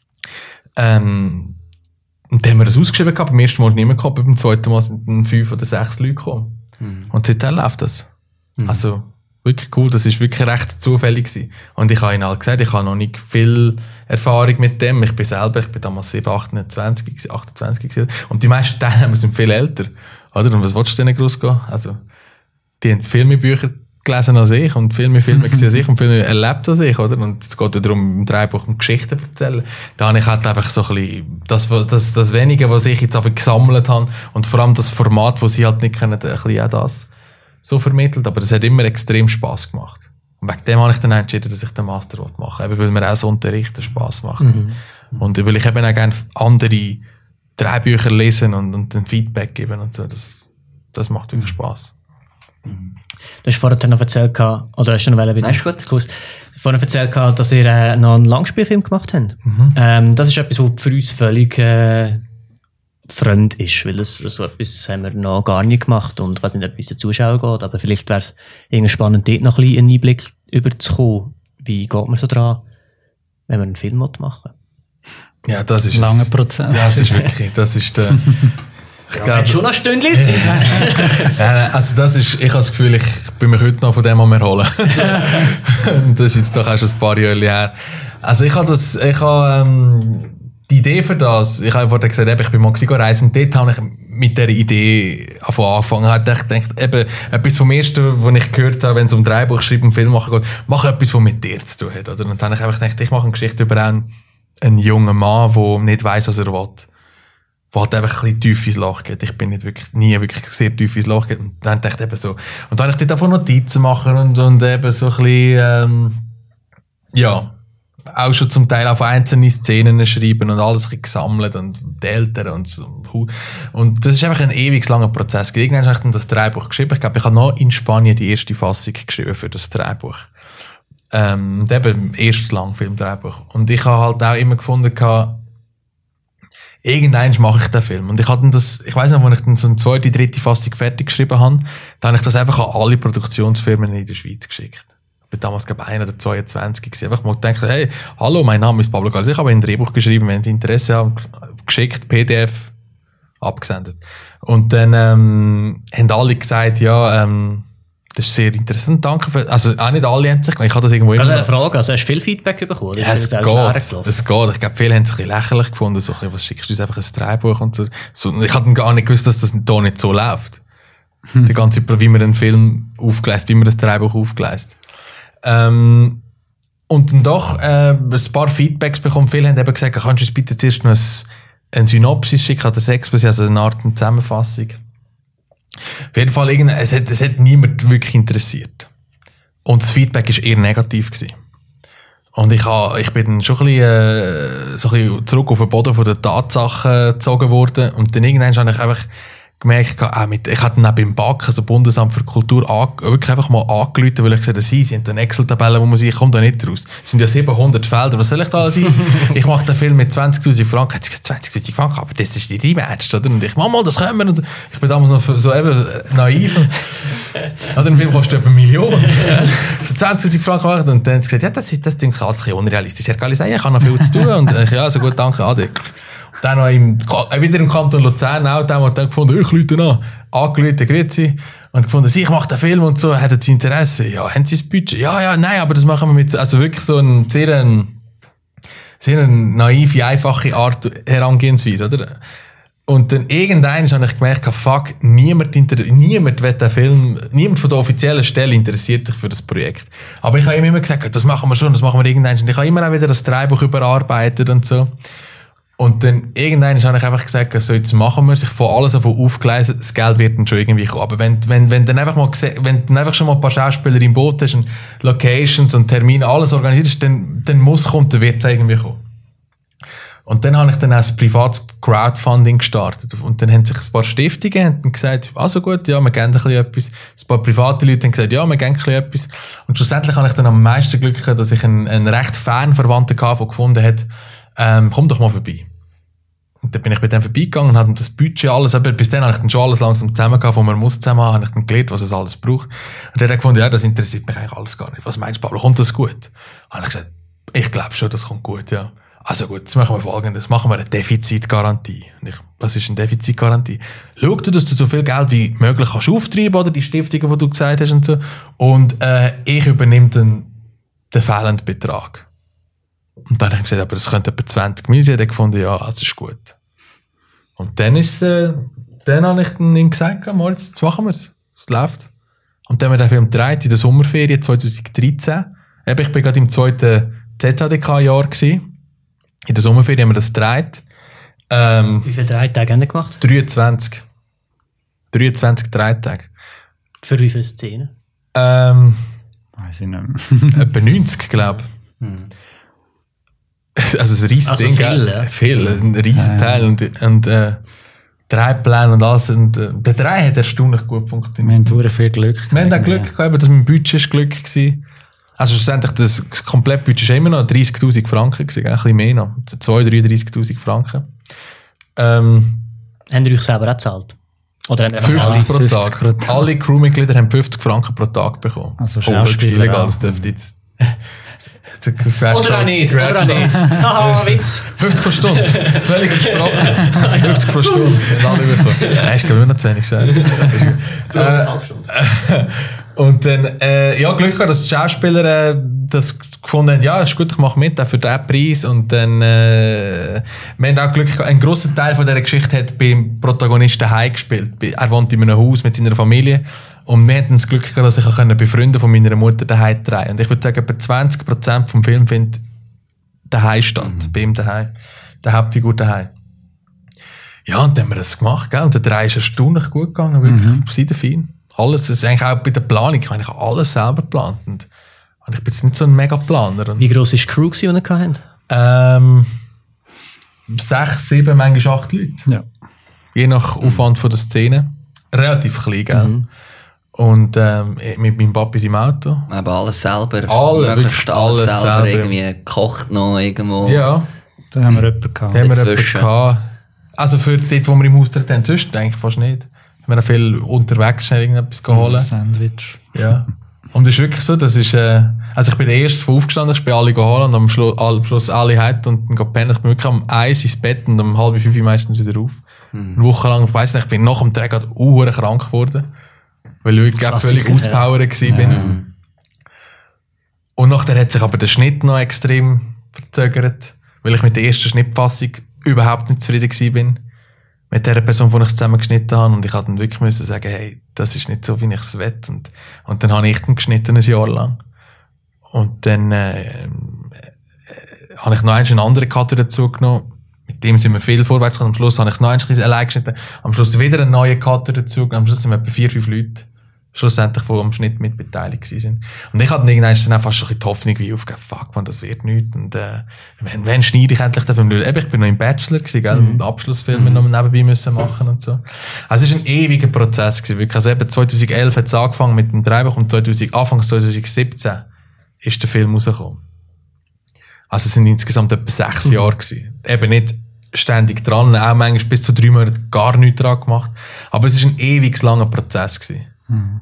Ähm, und dann haben wir das ausgeschrieben gehabt. Beim ersten Mal niemand gekommen, beim zweiten Mal sind dann fünf oder sechs Leute gekommen. Mhm. Und seitdem läuft das. Mhm. Also, Wirklich cool, das ist wirklich recht zufällig gewesen. Und ich habe ihnen halt gesagt, ich habe noch nicht viel Erfahrung mit dem. Ich bin selber, ich bin damals sieben, achtundzwanzig, achtundzwanzig gewesen. Und die meisten Teilnehmer sind viel älter. Oder? Und was willst du denn groß gehen? Also, die haben viel mehr Bücher gelesen als ich und viel mehr Filme gesehen als ich und viel mehr erlebt als ich, oder? Und es geht ja darum, im Drehbuch um Geschichten erzählen. Da habe ich halt einfach so ein bisschen das, das, das Wenige, was ich jetzt einfach gesammelt habe und vor allem das Format, das sie halt nicht können, ein bisschen auch das so vermittelt. Aber das hat immer extrem Spass gemacht. Und wegen dem habe ich dann entschieden, dass ich den Master machen will. Eben weil mir auch so Unterrichten Spass macht. Mhm. Und weil ich eben auch gerne andere Drehbücher lesen und, und ein Feedback geben und so. Das, das macht wirklich Spass. Du hast vorhin noch erzählt, oder hast du noch wieder? Nein, ist gut. Du hast vorhin erzählt, dass ihr äh, noch einen Langspielfilm gemacht habt. Mhm. Ähm, das ist etwas, was für uns völlig äh, fremd ist, weil das, so etwas haben wir noch gar nicht gemacht und ich weiß nicht, ob es den Zuschauer geht, aber vielleicht wäre es irgendwie spannend, dort noch ein bisschen einen Einblick überzukommen. Wie geht man so dran, wenn man einen Film machen will? Ja, das ist ein langer Prozess. Das ist wirklich, das ist der... Ich ja, glaube, schon ein Stündchen Zeit. Ja, also das ist, ich habe das Gefühl, ich bin mich heute noch von dem am erholen. Das ist jetzt doch auch schon ein paar Jahre her. Also ich habe das, ich habe ähm, die Idee für das, ich habe vorhin gesagt, eben, ich bin mal reisen, dort habe ich mit dieser Idee angefangen. Ich dachte, eben, etwas vom Ersten, was ich gehört habe, wenn es um Drehbuch schreiben und Film machen geht, mach etwas, was mit dir zu tun hat. Oder? Und dann habe ich einfach gedacht, ich mache eine Geschichte über einen, einen jungen Mann, der nicht weiss, was er will. Wo halt einfach ein bisschen tief ins Loch geht. Ich bin nicht wirklich, nie wirklich sehr tief ins Loch geht. Und dann dachte ich eben so. Und dann habe ich dort einfach Notizen machen und, und eben so ein bisschen, ähm, ja, auch schon zum Teil auf einzelne Szenen schreiben und alles ein bisschen gesammelt und die Eltern und so. Und das ist einfach ein ewig langer Prozess. Irgendwann habe ich dann das Drehbuch geschrieben. Ich glaube, ich habe noch in Spanien die erste Fassung geschrieben für das Drehbuch. Ähm, und eben, erstes Langfilm-Drehbuch. Und ich habe halt auch immer gefunden, irgendwann mache ich den Film. Und ich hatte das, ich weiss noch, als ich dann so eine zweite, dritte Fassung fertig geschrieben habe, dann habe ich das einfach an alle Produktionsfirmen in der Schweiz geschickt. Ich bin damals, glaube ich, ein oder zweiundzwanzig gewesen. Einfach mal gedacht, hey, hallo, mein Name ist Pablo Carlos. Ich habe ein Drehbuch geschrieben, wenn Sie Interesse haben, geschickt, P D F, abgesendet. Und dann, ähm, haben alle gesagt, ja, ähm, das ist sehr interessant, danke für, also auch nicht alle haben sich, ich habe das irgendwo immer... Eine Frage, also hast du viel Feedback bekommen? Ja, es geht, es geht. Ich glaube, viele haben es ein bisschen lächerlich gefunden, so, was schickst du uns einfach ein Drehbuch und so. so ich hatte gar nicht gewusst, dass das hier nicht so läuft. Hm. Die ganze Zeit, wie man einen Film aufgleist, wie man das Drehbuch aufgleist. Ähm, und dann doch äh, ein paar Feedbacks bekommen. Viele haben eben gesagt, kannst du uns bitte zuerst noch ein, ein Synopsis schicken, oder sechs, also eine Art eine Zusammenfassung. Auf jeden Fall, es hat, es hat niemand wirklich interessiert. Und das Feedback war eher negativ gewesen. Und ich, ha, ich bin dann schon ein bisschen, äh, so ein bisschen zurück auf den Boden von den Tatsachen gezogen worden. Und dann irgendwann habe ich einfach gemerkt, auch mit, ich hatte dann auch beim B A K, also Bundesamt für Kultur, an, wirklich einfach mal angerufen, weil ich gesagt habe, sie, sie haben eine Excel-Tabelle, wo man sieht, ich komme da nicht raus. Es sind ja siebenhundert Felder, was soll ich da sein? Ich mache den Film mit zwanzigtausend Franken, zwanzigtausend Franken, aber das ist die Dreammatch, oder? Und ich, Mama, das können wir. Und ich bin damals noch so eben naiv. Und, ja, der Film kostet etwa eine Million. So zwanzigtausend Franken machen. Und dann haben sie gesagt, ja, das ist, das klingt alles ein bisschen unrealistisch. Ich kann sagen, ich habe noch viel zu tun. Und ich, ja, so gut, danke, Adi. Dann noch im, wieder im Kanton Luzern auch, da haben wir dann gefunden, ich rufe an, angerufen, grüezi, und gefunden, ich mache den Film und so, hätten Sie Interesse? Ja, haben Sie das Budget? Ja, ja, nein, aber das machen wir mit, also wirklich so ein sehr, ein, sehr eine naive, einfache Art Herangehensweise, oder? Und dann irgendwann habe ich gemerkt, fuck, niemand, niemand will den Film, niemand von der offiziellen Stelle interessiert sich für das Projekt. Aber ich habe ihm immer gesagt, das machen wir schon, das machen wir irgendwann. Und ich habe immer auch wieder das Drehbuch überarbeitet und so. Und dann irgendwann habe ich einfach gesagt, so jetzt machen wir es, ich fange alles davon aufgleisen, das Geld wird dann schon irgendwie kommen. Aber wenn, wenn, wenn dann einfach mal, wenn dann einfach schon mal ein paar Schauspieler im Boot hast und Locations und Termine, alles organisiert ist, dann, dann muss kommen, dann wird es irgendwie kommen. Und dann habe ich dann auch ein privates Crowdfunding gestartet. Und dann haben sich ein paar Stiftungen haben gesagt, also gut, ja, wir geben ein bisschen etwas. Ein paar private Leute haben gesagt, ja, wir geben ein bisschen etwas. Und schlussendlich habe ich dann am meisten Glück gehabt, dass ich einen, einen recht fernen Verwandten hatte, der gefunden hat, ähm, komm doch mal vorbei. Und dann bin ich bei dem vorbeigegangen und habe das Budget alles, aber bis dann habe ich dann schon alles langsam zusammen gehabt, was man muss zusammen haben, habe ich dann gelernt, was es alles braucht. Und der hat gefunden, ja, das interessiert mich eigentlich alles gar nicht. Was meinst du, Pablo, kommt das gut? Habe ich gesagt, ich glaube schon, das kommt gut, ja. also gut, jetzt machen wir Folgendes. Machen wir eine Defizitgarantie. Und ich, was ist eine Defizitgarantie? Schau du, dass du so viel Geld wie möglich kannst auftreiben, oder die Stiftungen, die du gesagt hast und so. Und äh, ich übernehme dann den fehlenden Betrag. Und dann habe ich gesagt, aber das könnte etwa zwanzig Millionen sein. Und ich gefunden, ja, das ist gut. Und dann ist äh, dann habe ich dann ihm gesagt, Moritz, jetzt machen wir es. Es läuft. Und dann haben wir den Film gedreht in der Sommerferien zwanzig dreizehn. Eben, ich bin gerade im zweiten Z H D K-Jahr gewesen. In der Sommerferien haben wir das gedreht. Ähm, Wie viele Drehtage haben wir gemacht? dreiundzwanzig. dreiundzwanzig Drehtage. Für wie viele Szenen? Ähm, Weiß ich nicht mehr. etwa neunzig, glaube ich. Hm. Also ein riesiges Also Ding. viel, gell? ja. Viel, ein riesiges ja, Teil. Und, und äh, Drehpläne und alles. Und, äh, der Dreh hat erstaunlich gut funktioniert. Wir haben viel Glück. Wir haben auch Glück gehabt, dass mein Budget ist Glück war. Also schlussendlich, das Komplettbudget war immer noch dreißigtausend Franken gewesen, ein bisschen mehr noch. zweiunddreißig, dreißigtausend Franken. Ähm, Habt ihr euch selber auch gezahlt? Oder haben ihr einfach fünfzig alle- pro fünfzig Tag. pro Tag. Alle Crewmitglieder haben fünfzig Franken pro Tag bekommen. Also Oh, das ist Schauspieler illegal, auch. das dürfte jetzt... Oder auch nicht, oder auch nicht. Haha, Witz. fünfzig pro Stunde. Völlig gesprochen. fünfzig pro Stunde. Wir haben alle bekommen. Nein, ist glaube ich noch zu wenig. Äh, und dann, äh, ja, Glück gehabt, dass die Schauspieler äh, das gefunden haben, ja, ist gut, ich mache mit, auch für diesen Preis. Und dann, äh, wir haben auch Glück gehabt, ein grosser Teil von dieser Geschichte hat beim Protagonisten daheim gespielt. Er wohnt in einem Haus mit seiner Familie. Und wir hatten das Glück gehabt, dass ich auch bei Freunden von meiner Mutter daheim drehen. Und ich würde sagen, etwa zwanzig Prozent vom Film findet daheim statt. Mhm. Bei ihm daheim. Der Hauptfigur daheim. Ja, und dann haben wir das gemacht, gell? Und der Dreh ist erstaunlich gut gegangen, wirklich. Mhm. Sehr fein. Alles, das ist eigentlich auch bei der Planung. Ich habe eigentlich alles selber geplant. Und, und ich bin jetzt nicht so ein Mega-Planer. Und, Wie gross war die Crew, die ihr hattet? ähm, sechs, sieben, manchmal acht Leute. Ja. Je nach Aufwand von der Szene. Relativ klein, gell? Mhm. Und ähm, mit meinem Papi im Auto. Aber alles selber. Alle, möglichst wirklich alles, alles selber, selber. irgendwie gekocht noch irgendwo. Ja, Da haben wir jemanden gehabt. da haben wir Dazwischen. jemanden gehabt. Also für dort, wo wir im Haus drin haben, sonst eigentlich fast nicht. Wir haben viel unterwegs schnell irgendetwas geholt. Sandwich. Ja. Und es ist wirklich so, das ist, äh, also ich bin der Erste, der aufgestanden ist, ich bin alle geholt und am Schluss, am Schluss alle heim und dann gepennt. Ich bin wirklich um eins ins Bett und um halb fünf meistens wieder auf. Mhm. Eine Woche lang, ich weiss nicht, ich bin nach dem Dreh gerade uhr krank geworden. Weil ich wirklich völlig Klassiker, auspowert ja. war. bin. Ja. Und nachher hat sich aber der Schnitt noch extrem verzögert, weil ich mit der ersten Schnittfassung überhaupt nicht zufrieden war. Mit der Person, die ich zusammen geschnitten habe. Und ich musste dann wirklich müssen sagen, hey, das ist nicht so, wie ich es will. Und, und dann habe ich dann geschnitten, ein Jahr lang. Und dann äh, äh, habe ich noch einen anderen Cutter dazu genommen. Mit dem sind wir viel vorwärts gekommen. Am Schluss habe ich noch einen allein geschnitten. Am Schluss wieder einen neuen Cutter dazu genommen. Am Schluss sind wir etwa vier, fünf Leute schlussendlich, die am Schnitt mit beteiligt waren. Und ich hatte dann irgendwann dann auch fast schon die Hoffnung wie aufgegeben, fuck man, das wird nichts. Und äh, wenn, wenn schneide ich endlich den Film? Eben, ich bin noch im Bachelor gewesen, gell? Mhm. Und Abschlussfilme mhm. noch nebenbei müssen machen und so. Also es war ein ewiger Prozess gewesen, wirklich. Also eben zwanzig elf hat es angefangen mit dem Drehbuch und zwanzig, Anfang zwanzig siebzehn ist der Film rausgekommen. Also es sind insgesamt etwa sechs mhm. Jahre gewesen. Eben nicht ständig dran, auch manchmal bis zu drei Monaten gar nichts dran gemacht. Aber es war ein ewig langer Prozess gewesen. Mhm.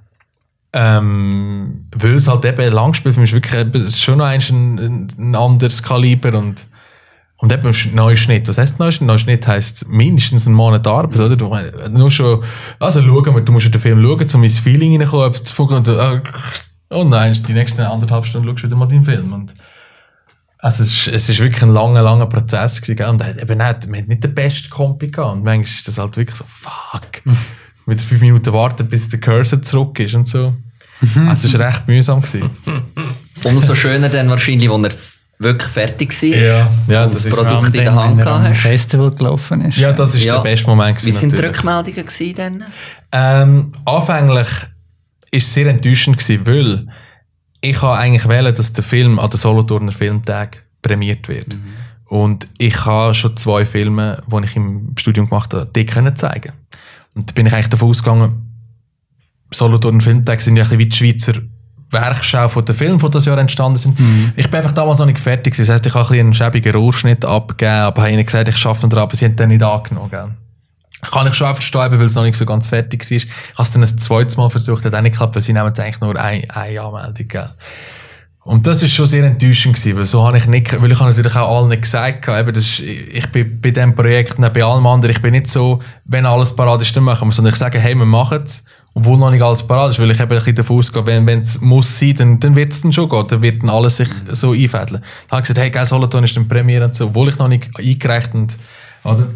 Ähm, weil es halt eben Langspielfilm ist, wirklich eben, es ist schon noch ein, ein, ein anderes Kaliber und, und eben ein neuer Schnitt. Was heisst neuer Schnitt? Neuer Schnitt heisst mindestens einen Monat Arbeit, oder? Du, nur schon, also schauen wir, du musst den Film schauen, um ins Feeling hineinkommen, ob es funktioniert. Oh nein, die nächsten anderthalb Stunden schaust du wieder mal den Film. Und also es ist, es ist wirklich ein langer, langer Prozess gewesen, gell? Und eben nicht, man hat nicht den besten Kompi gehabt. Und manchmal ist das halt wirklich so, fuck. Mit fünf Minuten warten, bis der Cursor zurück ist und so. Also es war recht mühsam gewesen. Umso schöner dann wahrscheinlich, als er wirklich fertig war. Ja, ja, und das das ist Produkt in der Wenn Hand er am gehabt hast. Festival gelaufen ist. Ja, das war Ja. der beste Moment gewesen. Wie sind die natürlich. Rückmeldungen gewesen dann? Ähm, anfänglich war es sehr enttäuschend gewesen, weil ich habe eigentlich wählen, dass der Film an den Solothurner Filmtag prämiert wird. Mhm. Und ich habe schon zwei Filme, die ich im Studium gemacht habe, die können zeigen. Und da bin ich eigentlich davon ausgegangen, Solothurner Filmtag sind ja ein bisschen wie die Schweizer Werkschau von den Filmen, die das Jahr entstanden sind. Mhm. Ich bin einfach damals noch nicht fertig gewesen. Das heisst, ich habe ein bisschen einen schäbigen Rohrschnitt abgegeben, aber habe ihnen gesagt, ich schaffe daran, aber sie haben den nicht angenommen. Gell? Kann ich schon auch verstehen, weil es noch nicht so ganz fertig war. Ich habe es dann ein zweites Mal versucht, hat auch nicht geklappt, weil sie nehmen eigentlich nur eine, eine Anmeldung. Gell? Und das ist schon sehr enttäuschend gewesen, weil so habe ich nicht, weil ich habe natürlich auch allen nicht gesagt, eben, das ist, ich bin bei diesem Projekt, bei allem anderen, ich bin nicht so, wenn alles parat ist, dann machen wir es, sondern ich sage, hey, wir machen es, obwohl noch nicht alles parat ist, weil ich eben ein bisschen davon ausgehe, wenn es muss sein, dann, dann wird es dann schon gehen, dann wird dann alles sich so einfädeln. Dann habe ich gesagt, hey, geil, Solothurn ist dann Premiere und so, obwohl ich noch nicht eingereicht und, oder?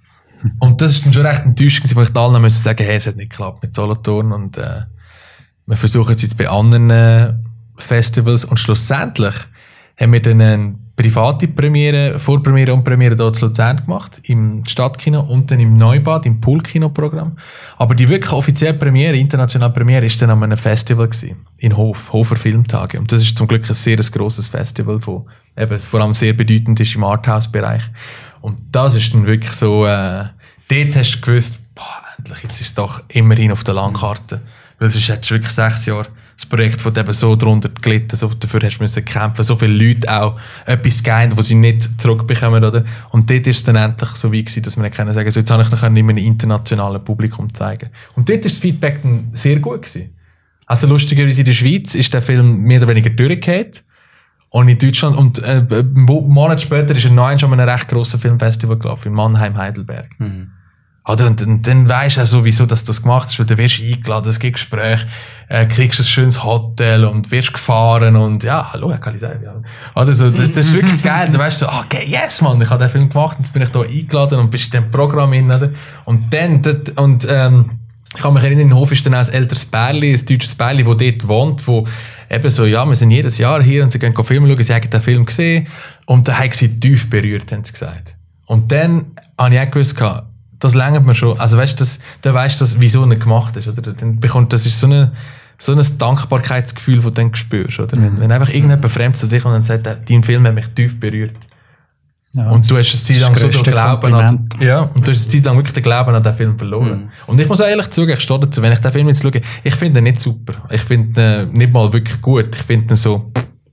Und das ist dann schon recht enttäuschend gewesen, weil ich allen müssen sagen, hey, es hat nicht geklappt mit Solothurn und, äh, wir versuchen es jetzt bei anderen, äh, Festivals und schlussendlich haben wir dann eine private Premiere, Vorpremiere und Premiere hier zu Luzern gemacht, im Stadtkino und dann im Neubad, im Poolkino-Programm. Aber die wirklich offizielle Premiere, internationale Premiere, ist dann an einem Festival gewesen, in Hof, Hofer Filmtage. Und das ist zum Glück ein sehr grosses Festival, das eben vor allem sehr bedeutend ist im Arthouse-Bereich. Und das ist dann wirklich so, äh, dort hast du gewusst, boah, endlich, jetzt ist es doch immerhin auf der Landkarte. Weil sonst hättest du wirklich sechs Jahre das Projekt von eben so drunter gelitten, so dafür hast du müssen kämpfen, so viele Leute auch etwas gegeben, was sie nicht zurückbekommen, oder? Und dort ist es dann endlich so wie gewesen, dass wir nicht können sagen, so jetzt habe ich noch nicht mehr einem internationalen Publikum zeigen. Und dort ist das Feedback dann sehr gut gewesen. Also lustigerweise in der Schweiz ist der Film mehr oder weniger durchgefallen. Und in Deutschland, und äh, einen Monat später ist er noch einmal an einem recht grossen Filmfestival gelaufen, in Mannheim, Heidelberg. Mhm. Oder, und, und dann weisst du auch sowieso, dass du das gemacht hast, weil du wirst eingeladen, es gibt Gespräche, äh, kriegst ein schönes Hotel und wirst gefahren und ja, hallo, Herr Kalisei. Ja. Oder so, das, das ist wirklich geil. Dann weißt du so, ah, okay, yes, Mann, ich habe den Film gemacht, jetzt bin ich da eingeladen und bist in dem Programm hin, oder? Und dann, das, und, ähm, ich kann mich erinnern, in Hof ist dann auch ein älteres Pärli, ein deutsches Pärli, das dort wohnt, wo eben so, ja, wir sind jedes Jahr hier und sie gehen Filme schauen, sie haben den Film gesehen und da haben sie tief berührt, haben sie gesagt. Und dann habe ich auch gewusst, das längert mir schon. Also weißt du, dann weißt du, wieso er nicht gemacht ist, oder? Dann bekommt, das ist so eine, so ein Dankbarkeitsgefühl, das du dann spürst, oder? Mhm. Wenn, wenn einfach irgendjemand fremd zu dir kommt und sagt, dein Film hat mich tief berührt. Ja, und du hast eine Zeit lang so den Glauben an, ja, und du hast eine Zeit lang wirklich den Glauben an den Film verloren. Mhm. Und ich muss auch ehrlich zugeben, ich stehe dazu, wenn ich den Film jetzt schaue, ich finde ihn nicht super. Ich finde ihn nicht mal wirklich gut. Ich finde ihn so,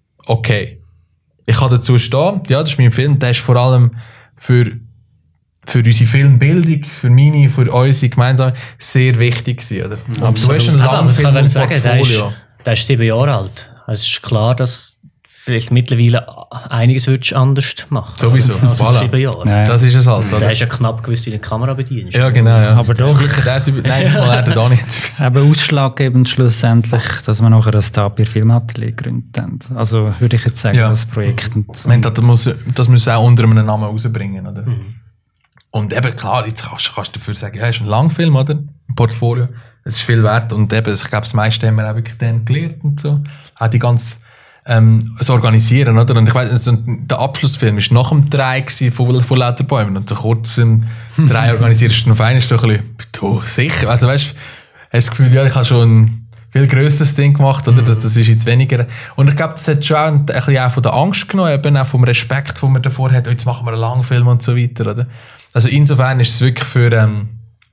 okay. Ich kann dazu stehen, ja, das ist mein Film, der ist vor allem für für unsere Filmbildung, für meine, für unsere gemeinsam sehr wichtig gewesen, oder? Mhm. Absolut. Du hast einen langen also, Film im sagen, der ist, der ist sieben Jahre alt. Also es ist klar, dass vielleicht mittlerweile einiges würdest anders machen. Sowieso. Also voilà. sieben Jahre. Ja. Das ist es halt, oder? Der hast ja knapp gewusst, wie eine Kamera bedienst. Ja, genau, ja. Aber doch. Zum Glück hat er sie, nein, mal er da nicht. Aber ausschlaggebend schlussendlich, dass wir nachher ein Tapir Filmatelier gegründet haben. Also würde ich jetzt sagen, ja. Das Projekt. Und, und meine, das muss, das muss auch unter einem Namen rausbringen, oder? Mhm. Und eben, klar, jetzt kannst, kannst du dafür sagen, ja, ist ein Langfilm, oder? Ein Portfolio. Es ist viel wert. Und eben, ich glaube, das meiste haben wir auch wirklich dann gelernt und so. Auch die ganze, ähm, das Organisieren, oder? Und ich weiss, also, der Abschlussfilm war nach dem Drei von, von lauter Bäumen. Und der Kurzfilm drei organisierst du auf einen, ist so ein bisschen, du, sicher. Also, weißt du, hast das Gefühl, ja, ich habe schon ein viel grösseres Ding gemacht, oder? Das, das ist jetzt weniger. Und ich glaube, das hat schon auch ein bisschen auch von der Angst genommen, eben auch vom Respekt, den man davor hat. Oh, jetzt machen wir einen Langfilm und so weiter, oder? Also insofern ist es wirklich für, ähm,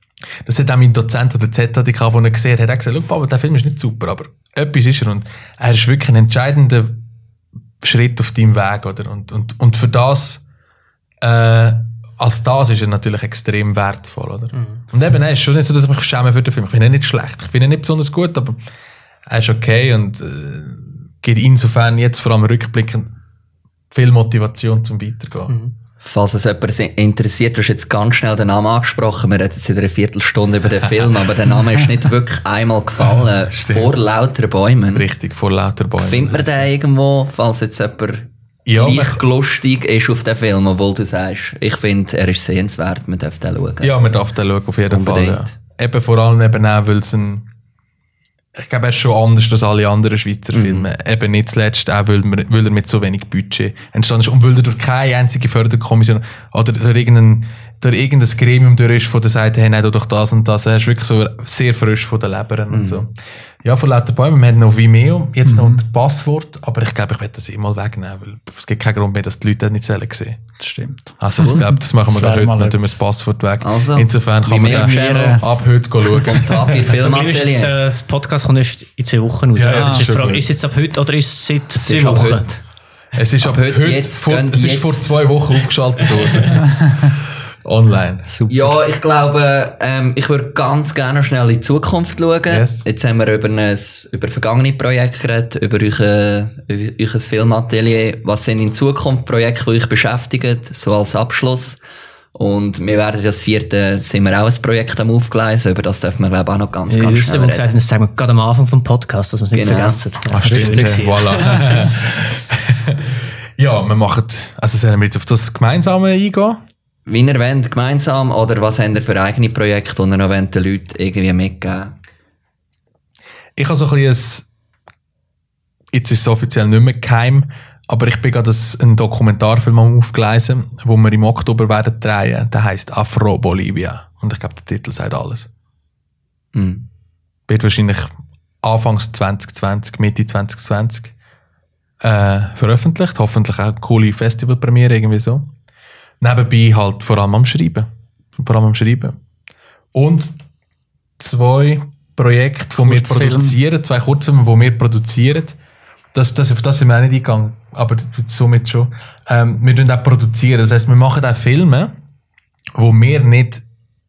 das hat auch mein Dozent oder Z H D K, den er gesehen hat, hat auch gesagt, schau, Papa, der Film ist nicht super, aber etwas ist er und er ist wirklich ein entscheidender Schritt auf deinem Weg, oder? Und, und, und für das, äh, als das ist er natürlich extrem wertvoll, oder? Mhm. Und eben, es ist schon nicht so, dass ich mich schäme für den Film. Ich finde ihn nicht schlecht, ich finde ihn nicht besonders gut, aber er ist okay und äh, gibt insofern jetzt vor allem rückblickend viel Motivation zum Weitergehen. Mhm. Falls es jemand interessiert, du hast jetzt ganz schnell den Namen angesprochen. Wir reden jetzt in einer Viertelstunde über den Film, aber der Name ist nicht wirklich einmal gefallen. Vor lauter Bäumen. Richtig, vor lauter Bäumen. Findet man den irgendwo, falls jetzt jemand ja, leicht lustig ist auf den Film, obwohl du sagst, ich finde, er ist sehenswert, man darf den schauen. Ja, man darf den schauen, auf jeden Unbedingt. Fall. Ja. Eben vor allem eben auch, weil es ein ich glaube, er ist schon anders als alle anderen Schweizer mm. Filme. Eben nicht zuletzt auch, weil, man, weil er mit so wenig Budget entstanden ist und weil er durch keine einzige Förderkommission oder durch irgendein, durch irgendein Gremium durch ist, von der Seite, hey, nein, du doch das und das. Er ist wirklich so sehr frisch von den Lebern mm. und so. Ja, von lauter Bäumen. Wir haben noch Vimeo, jetzt mm. noch unter Passwort, aber ich glaube, ich werde das immer wegnehmen, weil es gibt keinen Grund mehr, dass die Leute das nicht sehen. Das stimmt. Also ich glaube, das machen wir das heute, dann tun wir das Passwort weg. Also, insofern kann man ja ab heute schauen. Also, das Podcast kommt erst in zwei Wochen raus. Ja, also, ist, ist, Frage, ist es jetzt ab heute oder ist es seit es zwei Wochen? Heute. Es ist ab, ab heute, jetzt, vor, es ist jetzt. vor zwei Wochen aufgeschaltet worden. Online. Super. Ja, ich glaube, ähm, ich würde ganz gerne schnell in die Zukunft schauen. Yes. Jetzt haben wir über ein, über vergangene Projekte geredet, über euer, euer Filmatelier. Was sind in Zukunft Projekte, die euch beschäftigen, so als Abschluss? Und wir werden das vierte, sind wir auch ein Projekt am Aufgleisen, über das dürfen wir, glaube ich, auch noch ganz, Ja, ganz just schnell aber reden. gesagt, das sagen wir gerade am Anfang vom Podcast, dass wir es nicht Genau. vergessen. Ah, stimmt. Richtig. Voilà. Ja, wir machen, also sollen wir jetzt auf das Gemeinsame eingehen? Wie ihr wollt, gemeinsam, oder was habt ihr für eigene Projekte, die ihr noch wollt, den Leuten irgendwie mitgeben? Ich habe so ein bisschen, ein, jetzt ist es offiziell nicht mehr geheim, aber ich bin gerade einen Dokumentarfilm am aufgleisen, wo wir im Oktober werden drehen. Der heisst Afro Bolivia. Und ich glaube, der Titel sagt alles. Hm. Wird wahrscheinlich Anfangs zwanzig zwanzig, Mitte zwanzig zwanzig äh, veröffentlicht. Hoffentlich auch eine coole Festivalpremiere, irgendwie so. Nebenbei halt vor allem am Schreiben. Vor allem am Schreiben. Und zwei Projekte, die wir Kurzfilm. produzieren, zwei Kurzfilme, die wir produzieren. Das, das, auf das sind wir auch nicht eingegangen, aber somit schon. Ähm, wir tun auch produzieren. Das heisst, wir machen auch Filme, wo wir nicht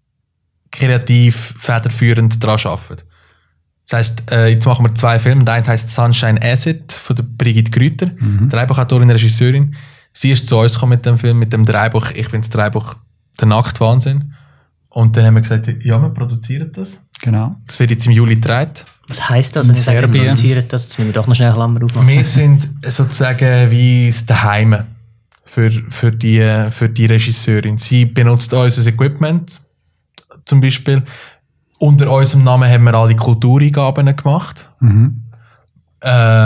kreativ federführend daran arbeiten. Das heisst, äh, jetzt machen wir zwei Filme. Der eine heisst Sunshine Acid von der Brigitte Grüter, mhm. Drehbuchautorin, Regisseurin. Sie ist zu uns gekommen mit dem Film, mit dem Drehbuch. Ich bin das Drehbuch der Nacktwahnsinn. Und dann haben wir gesagt, ja, wir produzieren das. Genau. Das wird jetzt im Juli gedreht. Was heisst das? In Wenn ich sage, Serbien. produzieren das, jetzt müssen wir doch noch schnell Klammer aufmachen. Wir sind sozusagen wie das Daheim für, für, die, für die Regisseurin. Sie benutzt unser Equipment, zum Beispiel. Unter unserem Namen haben wir alle Kultureingaben gemacht. Mhm. Äh,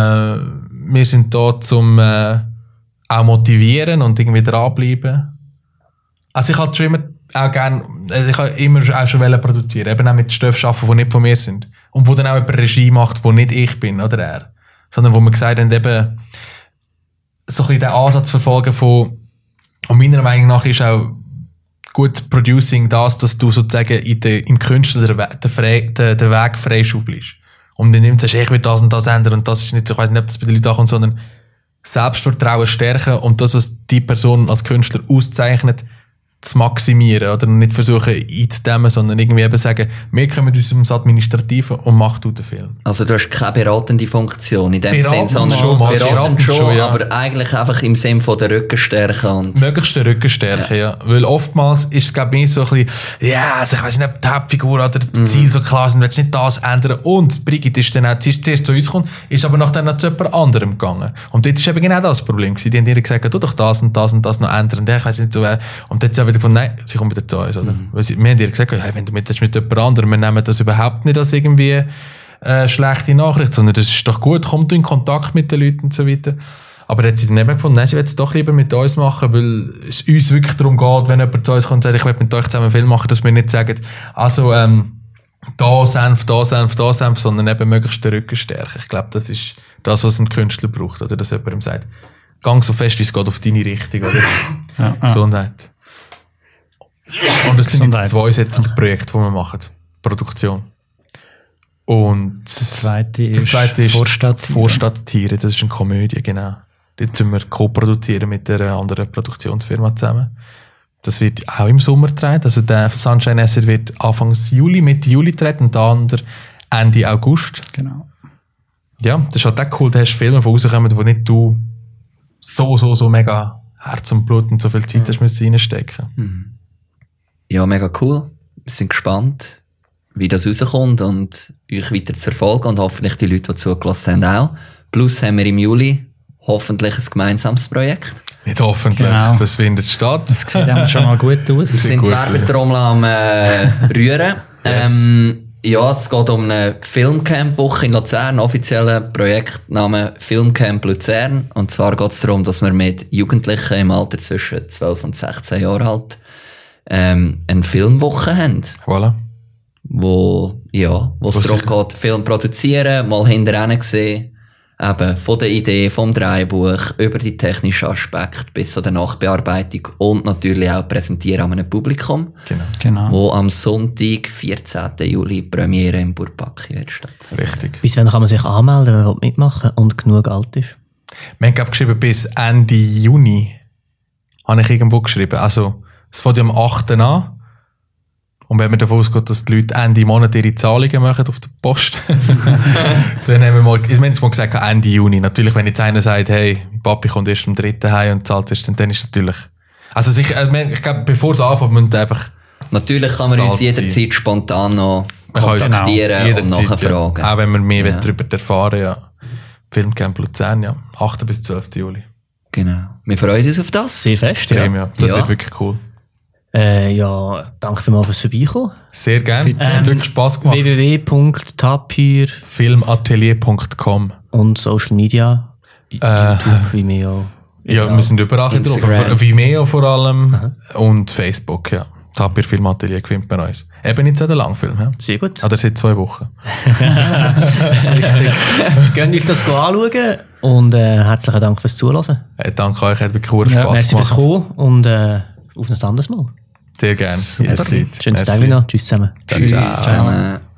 wir sind da zum äh, auch motivieren und irgendwie dranbleiben. Also ich hatte schon immer auch gerne, also ich habe immer auch schon wollen produzieren, eben auch mit Stoffen arbeiten, die nicht von mir sind. Und wo dann auch jemand Regie macht, wo nicht ich bin oder er. Sondern wo wir gesagt haben, eben so ein bisschen den Ansatz verfolgen von, und meiner Meinung nach ist auch gut Producing das, dass du sozusagen in de, im Künstler den, den, frei, den, den Weg freischaufelst. Und dann nimmst du sagst, ich will das und das ändern und das ist nicht so, ich weiß nicht, ob das bei den Leuten ankommt, sondern Selbstvertrauen stärken und das, was die Person als Künstler auszeichnet, zu maximieren oder nicht versuchen einzudämmen, sondern irgendwie eben sagen, wir kümmern uns ums Administrative und mach du den Film. Also du hast keine beratende Funktion in dem Beraten Sinn, sondern schon, beraten beraten schon, schon, ja. aber eigentlich einfach im Sinn von der Rückenstärke und Möglichst den Rücken stärken, ja. ja. Weil oftmals ist es, glaube ich, so ein bisschen, ja, also ich weiss nicht, ob die Hauptfigur oder die Mhm. Ziele so klar sind, willst nicht das ändern. Und Brigitte ist dann auch, sie ist zuerst zu uns gekommen, ist aber nachher noch zu jemand anderem gegangen. Und dort ist eben genau das Problem gewesen. Die haben ihr gesagt, tu doch das und das und das noch ändern. Und ich weiss nicht so, äh, und dann hat sie auch wieder gefunden, nein, sie kommt wieder zu uns, oder? Mhm. Weil sie, wir haben ihr gesagt, hey, wenn du mit, mit jemand anderem, wir nehmen das überhaupt nicht als irgendwie äh, schlechte Nachricht, sondern das ist doch gut, komm du in Kontakt mit den Leuten und so weiter. Aber dann hat sie dann eben gefunden, nein, sie will es doch lieber mit uns machen, weil es uns wirklich darum geht, wenn jemand zu uns kommt und sagt, ich will mit euch zusammen einen Film machen, dass wir nicht sagen, also ähm, da Senf, da Senf, da Senf, sondern eben möglichst den Rücken stärken. Ich glaube, das ist das, was ein Künstler braucht, oder dass jemand ihm sagt, gang so fest, wie es geht, auf deine Richtung, oder? Ja, ja. Gesundheit. Und es sind Gesundheit. jetzt zwei solche Projekte, die wir machen. Produktion. Und Das zweite der ist, zweite ist Vorstadttiere. Vorstadttiere, das ist eine Komödie, genau. Die tun wir co-produzieren mit einer anderen Produktionsfirma zusammen. Das wird auch im Sommer gedreht. Also der Sunshine Acid wird Anfang Juli, Mitte Juli gedreht und der andere Ende August. Genau. Ja, das ist halt auch cool, da hast du Filme, die rauskommen, wo nicht du so, so, so mega Herz und Blut und so viel Zeit hast müssen reinstecken. ja, mega cool. Wir sind gespannt, wie das rauskommt und euch weiter zu verfolgen und hoffentlich die Leute, die zugelassen haben, auch. Plus haben wir im Juli hoffentlich ein gemeinsames Projekt. Nicht hoffentlich, Genau. das findet statt. Das sieht dann schon mal gut Wir aus. sind gut, die Werbetrommel am äh, Rühren. Yes. ähm, ja, es geht um eine Filmcamp-Woche in Luzern, offizieller Projektname Filmcamp Luzern. Und zwar geht es darum, dass wir mit Jugendlichen im Alter zwischen zwölf und sechzehn Jahren alt ähm, eine Filmwoche haben. Voilà. Wo, ja, wo es Wo darum sich- geht, Film produzieren, mal hinterher sehen, eben von der Idee, vom Drehbuch, über die technischen Aspekte bis zu der Nachbearbeitung und natürlich auch präsentieren an einem Publikum, Genau. Genau. wo am Sonntag, vierzehnten Juli, Premiere im Burpaki wird stattfinden. Richtig. Bis wann kann man sich anmelden, wenn man mitmachen und genug alt ist? Wir haben glaub, geschrieben, bis Ende Juni habe ich irgendwo geschrieben. Also Es fängt ja am achten an. Und wenn man davon ausgeht, dass die Leute Ende Monat ihre Zahlungen machen auf der Post, dann haben wir mal, ich meine, mal gesagt, Ende Juni. Natürlich, wenn jetzt einer sagt, hey, Papi kommt erst am dritten heim und zahlt erst, dann, dann ist es natürlich... Also sicher, ich glaube, bevor es anfängt, müssen wir einfach... Natürlich kann man uns jederzeit sein. Spontan noch kontaktieren und nachfragen. Ja. Auch wenn wir mehr ja. darüber erfahren, ja. Filmcamp Luzern, ja. achten bis zwölften Juli. Genau. Wir freuen uns auf das. Sehr fest, ja. ja. Das ja. wird wirklich cool. Äh, ja, danke vielmals fürs Vorbeikommen. Sehr gerne. Ähm, hat wirklich Spass gemacht. w w w punkt tapir filmatelier punkt com und Social Media. Äh, YouTube, Vimeo. Ja, wir sind überall drauf. Vimeo vor allem. Aha. Und Facebook, ja. Tapir Filmatelier findet man uns. Eben nicht so der Langfilm. Ja? Sehr gut. Oder seit zwei Wochen. Gönnt euch das anschauen und äh, herzlichen Dank fürs Zuhören. Äh, danke euch, hat wirklich Spaß ja, gemacht. Merci fürs Kommen und äh, auf ein anderes Mal. Sehr gerne. Schönes Tag noch. Tschüss zusammen. Tschüss zusammen.